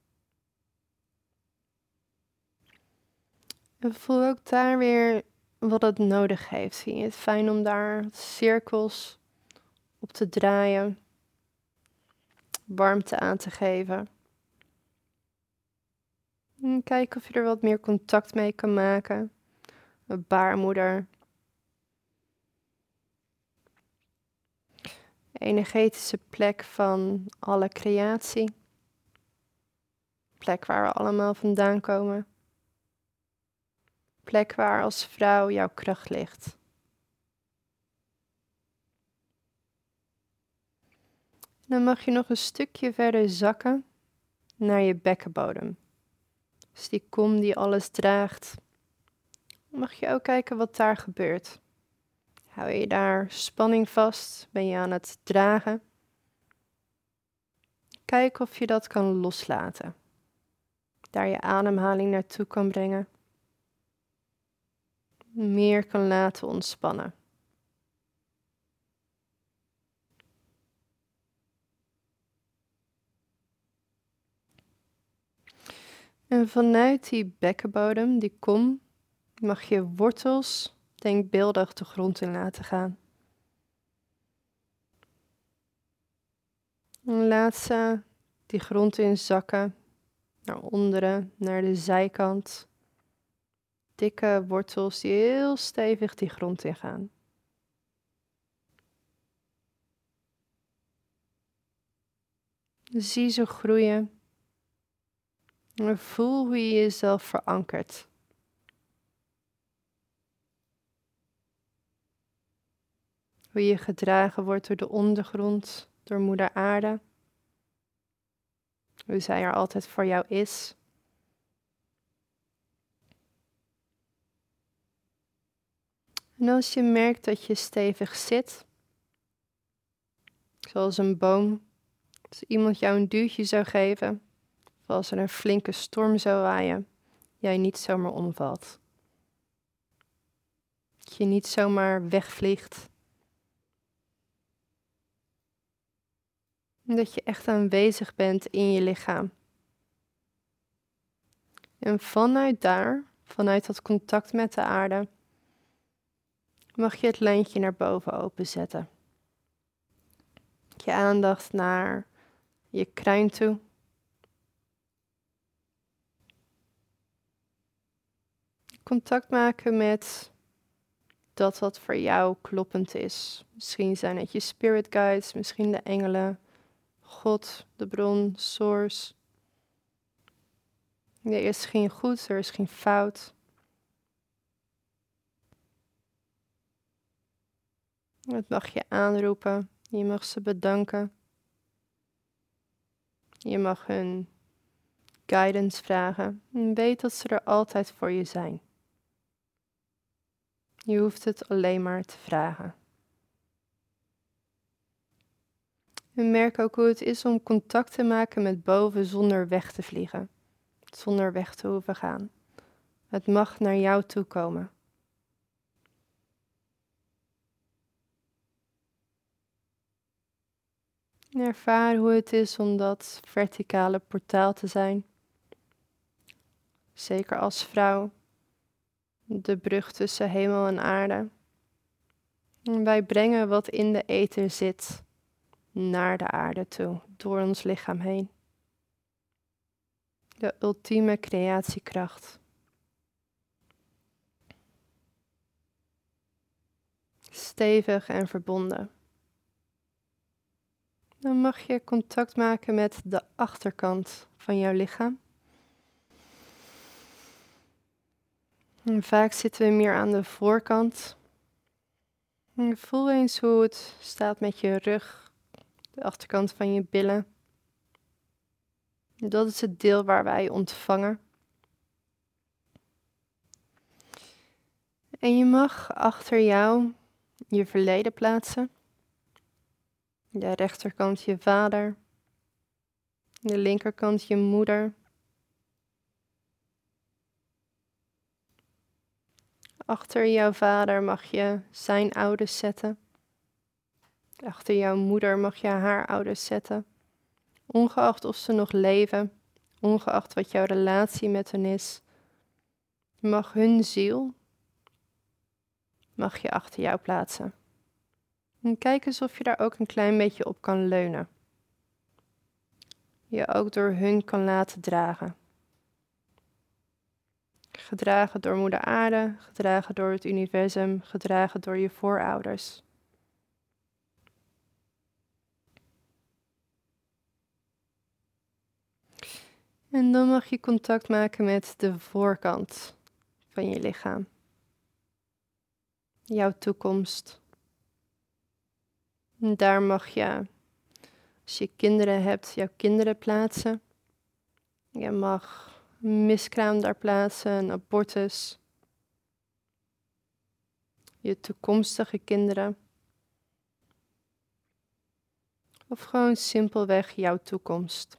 En voel ook daar weer wat het nodig heeft. Vind je het fijn om daar cirkels op te draaien? Warmte aan te geven. En kijk of je er wat meer contact mee kan maken. Een baarmoeder. Energetische plek van alle creatie. Plek waar we allemaal vandaan komen. Plek waar als vrouw jouw kracht ligt. Dan mag je nog een stukje verder zakken naar je bekkenbodem. Dus die kom die alles draagt. Mag je ook kijken wat daar gebeurt. Hou je daar spanning vast? Ben je aan het dragen? Kijk of je dat kan loslaten. Daar je ademhaling naartoe kan brengen. Meer kan laten ontspannen. En vanuit die bekkenbodem, die kom, mag je wortels denkbeeldig de grond in laten gaan. En laat ze die grond in zakken, naar onderen, naar de zijkant. Dikke wortels die heel stevig die grond in gaan. Zie ze groeien. En voel hoe je jezelf verankert. Hoe je gedragen wordt door de ondergrond, door Moeder Aarde. Hoe zij er altijd voor jou is. En als je merkt dat je stevig zit, zoals een boom, als iemand jou een duwtje zou geven, of als er een flinke storm zou waaien, jij niet zomaar omvalt. Dat je niet zomaar wegvliegt. En dat je echt aanwezig bent in je lichaam. En vanuit daar, vanuit dat contact met de aarde, mag je het lijntje naar boven openzetten. Je aandacht naar je kruin toe. Contact maken met dat wat voor jou kloppend is. Misschien zijn het je spirit guides, misschien de engelen, God, de bron, source. Er is geen goed, er is geen fout. Dat mag je aanroepen, je mag ze bedanken. Je mag hun guidance vragen en weet dat ze er altijd voor je zijn. Je hoeft het alleen maar te vragen. En merk ook hoe het is om contact te maken met boven zonder weg te vliegen. Zonder weg te hoeven gaan. Het mag naar jou toe komen. En ervaar hoe het is om dat verticale portaal te zijn. Zeker als vrouw. De brug tussen hemel en aarde. En wij brengen wat in de ether zit naar de aarde toe, door ons lichaam heen. De ultieme creatiekracht. Stevig en verbonden. Dan mag je contact maken met de achterkant van jouw lichaam. En vaak zitten we meer aan de voorkant. En voel eens hoe het staat met je rug, de achterkant van je billen. Dat is het deel waar wij ontvangen. En je mag achter jou je verleden plaatsen. De rechterkant je vader. De linkerkant je moeder. Achter jouw vader mag je zijn ouders zetten. Achter jouw moeder mag je haar ouders zetten. Ongeacht of ze nog leven, ongeacht wat jouw relatie met hen is, mag hun ziel, mag je achter jou plaatsen. En kijk eens of je daar ook een klein beetje op kan leunen. Je ook door hun kan laten dragen. Gedragen door Moeder Aarde, gedragen door het universum, gedragen door je voorouders. En dan mag je contact maken met de voorkant van je lichaam. Jouw toekomst. En daar mag je, als je kinderen hebt, jouw kinderen plaatsen. Je mag een miskraam daar plaatsen, een abortus. Je toekomstige kinderen. Of gewoon simpelweg jouw toekomst.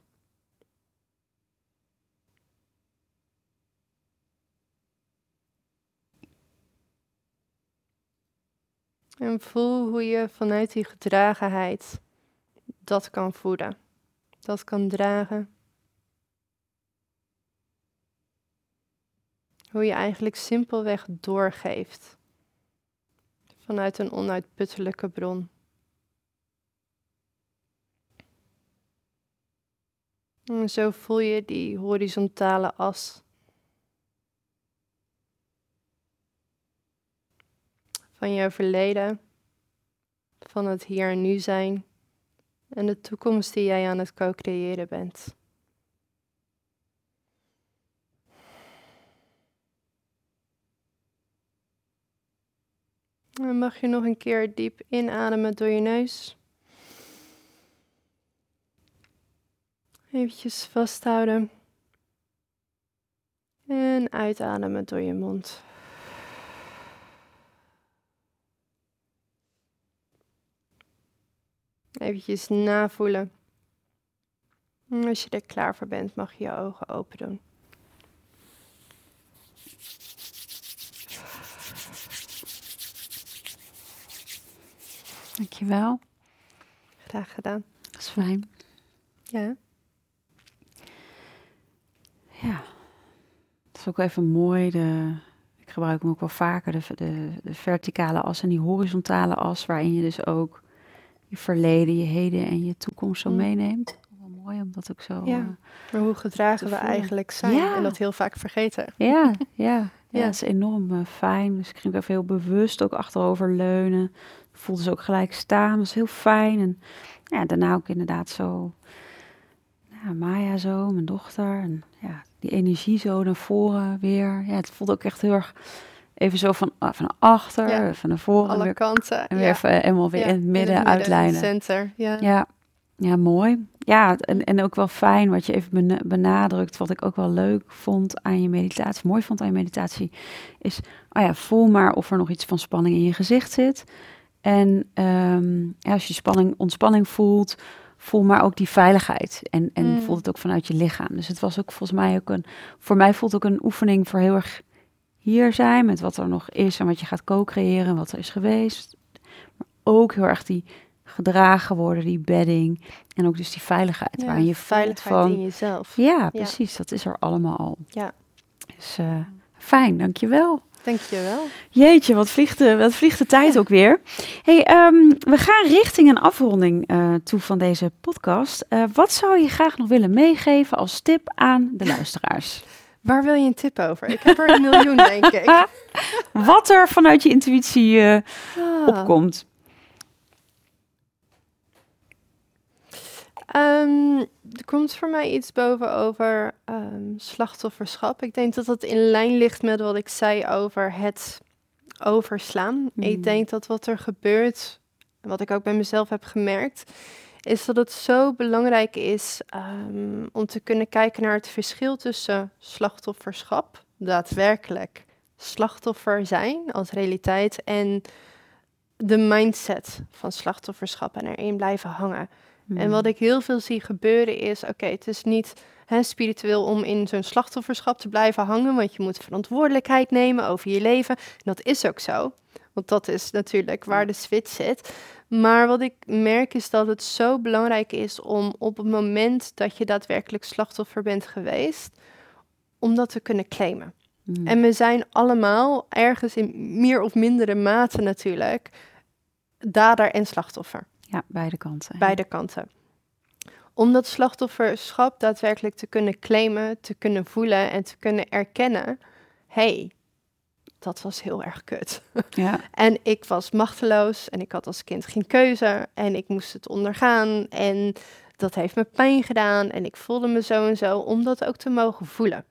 En voel hoe je vanuit die gedragenheid dat kan voeden. Dat kan dragen. Hoe je eigenlijk simpelweg doorgeeft. Vanuit een onuitputtelijke bron. En zo voel je die horizontale as. Van jouw verleden. Van het hier en nu zijn. En de toekomst die jij aan het co-creëren bent. Dan mag je nog een keer diep inademen door je neus. Eventjes vasthouden. En uitademen door je mond. Eventjes navoelen. En als je er klaar voor bent, mag je je ogen open doen. Dankjewel. Graag gedaan. Dat is fijn. Ja. Ja. Het is ook even mooi. Ik gebruik hem ook wel vaker. De verticale as en die horizontale as. Waarin je dus ook je verleden, je heden en je toekomst zo meeneemt. Wel mooi om dat ook zo maar hoe gedragen we eigenlijk zijn en dat heel vaak vergeten. Ja, dat is enorm fijn. Dus ik ging even heel bewust ook achterover leunen. Voelde ze ook gelijk staan. Dat is heel fijn. En ja, daarna ook inderdaad zo... Maya zo, mijn dochter. En ja, die energie zo naar voren weer. Ja, het voelde ook echt heel erg even zo van achter, even naar voren. Alle weer, kanten. en weer even helemaal weer in het midden uitlijnen. In het center, ja, mooi. Ja, en ook wel fijn wat je even benadrukt. Wat ik ook wel leuk vond aan je meditatie, mooi vond aan je meditatie, is, voel maar of er nog iets van spanning in je gezicht zit. En als je ontspanning voelt, voel maar ook die veiligheid. En voel het ook vanuit je lichaam. Dus het was ook volgens mij ook voor mij voelt het ook een oefening voor heel erg hier zijn, met wat er nog is en wat je gaat co-creëren, wat er is geweest. Maar ook heel erg die gedragen worden, die bedding. En ook dus die veiligheid. Waarin je veiligheid in jezelf. Ja, precies. Dat is er allemaal al. Ja. Dus fijn, dankjewel. Dankjewel. Jeetje, wat vliegt de tijd ook weer. Hey, we gaan richting een afronding toe van deze podcast. Wat zou je graag nog willen meegeven als tip aan de luisteraars? Waar wil je een tip over? Ik heb er 1 miljoen, denk ik. Wat er vanuit je intuïtie opkomt. Er komt voor mij iets boven over slachtofferschap. Ik denk dat dat in lijn ligt met wat ik zei over het overslaan. Ik denk dat wat er gebeurt, wat ik ook bij mezelf heb gemerkt, is dat het zo belangrijk is om te kunnen kijken naar het verschil tussen slachtofferschap, daadwerkelijk slachtoffer zijn als realiteit, en de mindset van slachtofferschap en erin blijven hangen. En wat ik heel veel zie gebeuren is, het is niet spiritueel om in zo'n slachtofferschap te blijven hangen, want je moet verantwoordelijkheid nemen over je leven. En dat is ook zo, want dat is natuurlijk waar de switch zit. Maar wat ik merk is dat het zo belangrijk is om op het moment dat je daadwerkelijk slachtoffer bent geweest, om dat te kunnen claimen. En we zijn allemaal ergens in meer of mindere mate natuurlijk dader en slachtoffer. Ja, beide kanten. Beide kanten. Om dat slachtofferschap daadwerkelijk te kunnen claimen, te kunnen voelen en te kunnen erkennen. Dat was heel erg kut. Ja. En ik was machteloos en ik had als kind geen keuze en ik moest het ondergaan. En dat heeft me pijn gedaan en ik voelde me zo en zo, om dat ook te mogen voelen.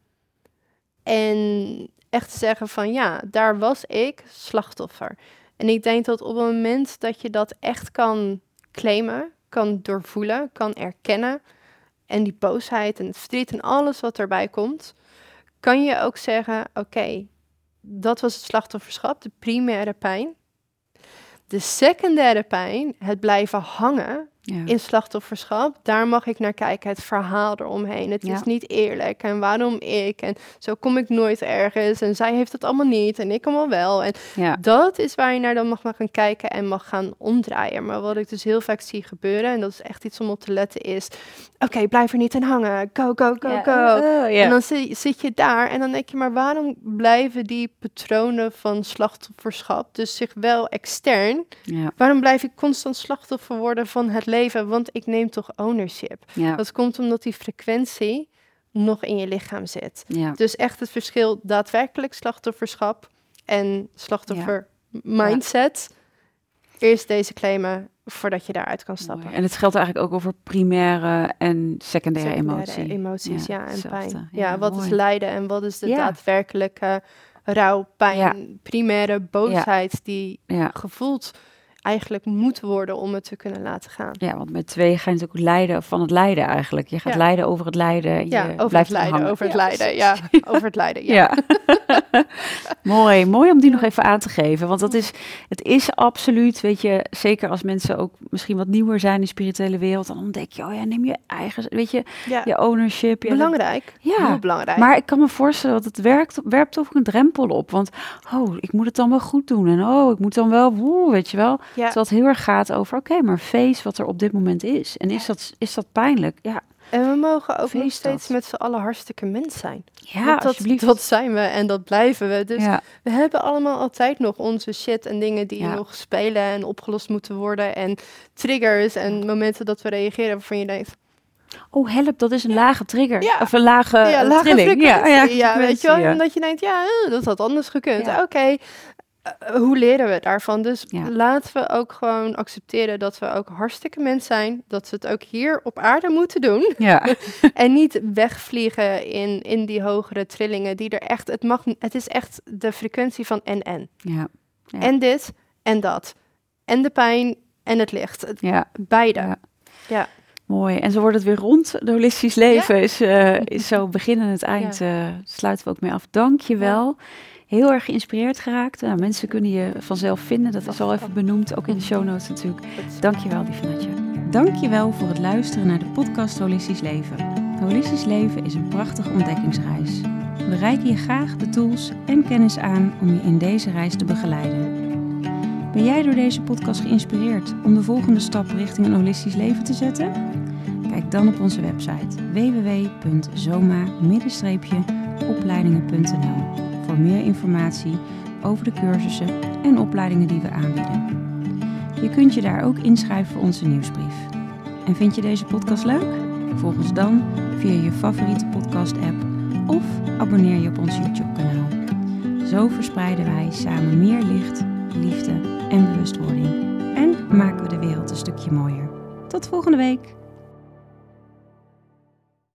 En echt te zeggen van daar was ik slachtoffer. En ik denk dat op het moment dat je dat echt kan claimen, kan doorvoelen, kan erkennen, en die boosheid en het verdriet en alles wat erbij komt, kan je ook zeggen, dat was het slachtofferschap, de primaire pijn. De secundaire pijn, het blijven hangen in slachtofferschap, daar mag ik naar kijken, het verhaal eromheen. Het is niet eerlijk en waarom ik en zo kom ik nooit ergens en zij heeft het allemaal niet en ik allemaal wel. En dat is waar je naar dan mag gaan kijken en mag gaan omdraaien. Maar wat ik dus heel vaak zie gebeuren, en dat is echt iets om op te letten, is blijf er niet in hangen, go, go, go, go. En dan zit je daar en dan denk je, maar waarom blijven die patronen van slachtofferschap dus zich wel extern? Waarom blijf ik constant slachtoffer worden van het leven? Want ik neem toch ownership. Dat komt omdat die frequentie nog in je lichaam zit. Dus echt het verschil daadwerkelijk slachtofferschap en slachtoffer mindset. Eerst deze claimen voordat je daaruit kan stappen. Mooi. En het geldt eigenlijk ook over primaire en secundaire emoties, ja, en pijn. hetzelfde. Ja, wat mooi. is lijden en wat is de daadwerkelijke rouw, pijn, primaire boosheid die gevoeld eigenlijk moet worden om het te kunnen laten gaan. Ja, want met 2 ga je natuurlijk lijden van het lijden eigenlijk. Je gaat lijden over het lijden. Je blijft over het lijden. Ja. Mooi om die nog even aan te geven. Want het is absoluut, weet je, zeker als mensen ook misschien wat nieuwer zijn in de spirituele wereld, dan ontdek je, neem je eigen, weet je, je ownership. Belangrijk. Heel belangrijk. Maar ik kan me voorstellen dat het werpt ook een drempel op. Want, ik moet het dan wel goed doen. En ik moet dan wel, weet je wel. Ja. Terwijl het heel erg gaat over, maar face wat er op dit moment is. En is dat pijnlijk? Ja. En we mogen ook nog steeds met z'n allen hartstikke mens zijn. Ja, alsjeblieft. Dat zijn we en dat blijven we. Dus we hebben allemaal altijd nog onze shit en dingen die nog spelen en opgelost moeten worden. En triggers en momenten dat we reageren waarvan je denkt... Oh, help, dat is een lage trigger. Ja. Of een lage trilling. Ja, weet je wel. En dat je denkt, dat had anders gekund. Ja. Oké. Hoe leren we daarvan? Dus laten we ook gewoon accepteren dat we ook hartstikke mens zijn. Dat we het ook hier op aarde moeten doen. Ja. En niet wegvliegen in die hogere trillingen die er echt... Het is echt de frequentie van en. Ja. En dit en dat. En de pijn en het licht. Beide. Ja. Mooi. En zo wordt het weer rond. De holistisch leven is zo begin en het eind. Sluiten we ook mee af. Dank je wel. Heel erg geïnspireerd geraakt. Nou, mensen kunnen je vanzelf vinden. Dat is al even benoemd. Ook in de show notes natuurlijk. Dank je wel, lieve Natja. Dank je wel voor het luisteren naar de podcast Holistisch Leven. Holistisch Leven is een prachtige ontdekkingsreis. We reiken je graag de tools en kennis aan om je in deze reis te begeleiden. Ben jij door deze podcast geïnspireerd om de volgende stap richting een holistisch leven te zetten? Kijk dan op onze website www.zoma-opleidingen.nl voor meer informatie over de cursussen en opleidingen die we aanbieden. Je kunt je daar ook inschrijven voor onze nieuwsbrief. En vind je deze podcast leuk? Volg ons dan via je favoriete podcast-app of abonneer je op ons YouTube-kanaal. Zo verspreiden wij samen meer licht, liefde en bewustwording. En maken we de wereld een stukje mooier. Tot volgende week!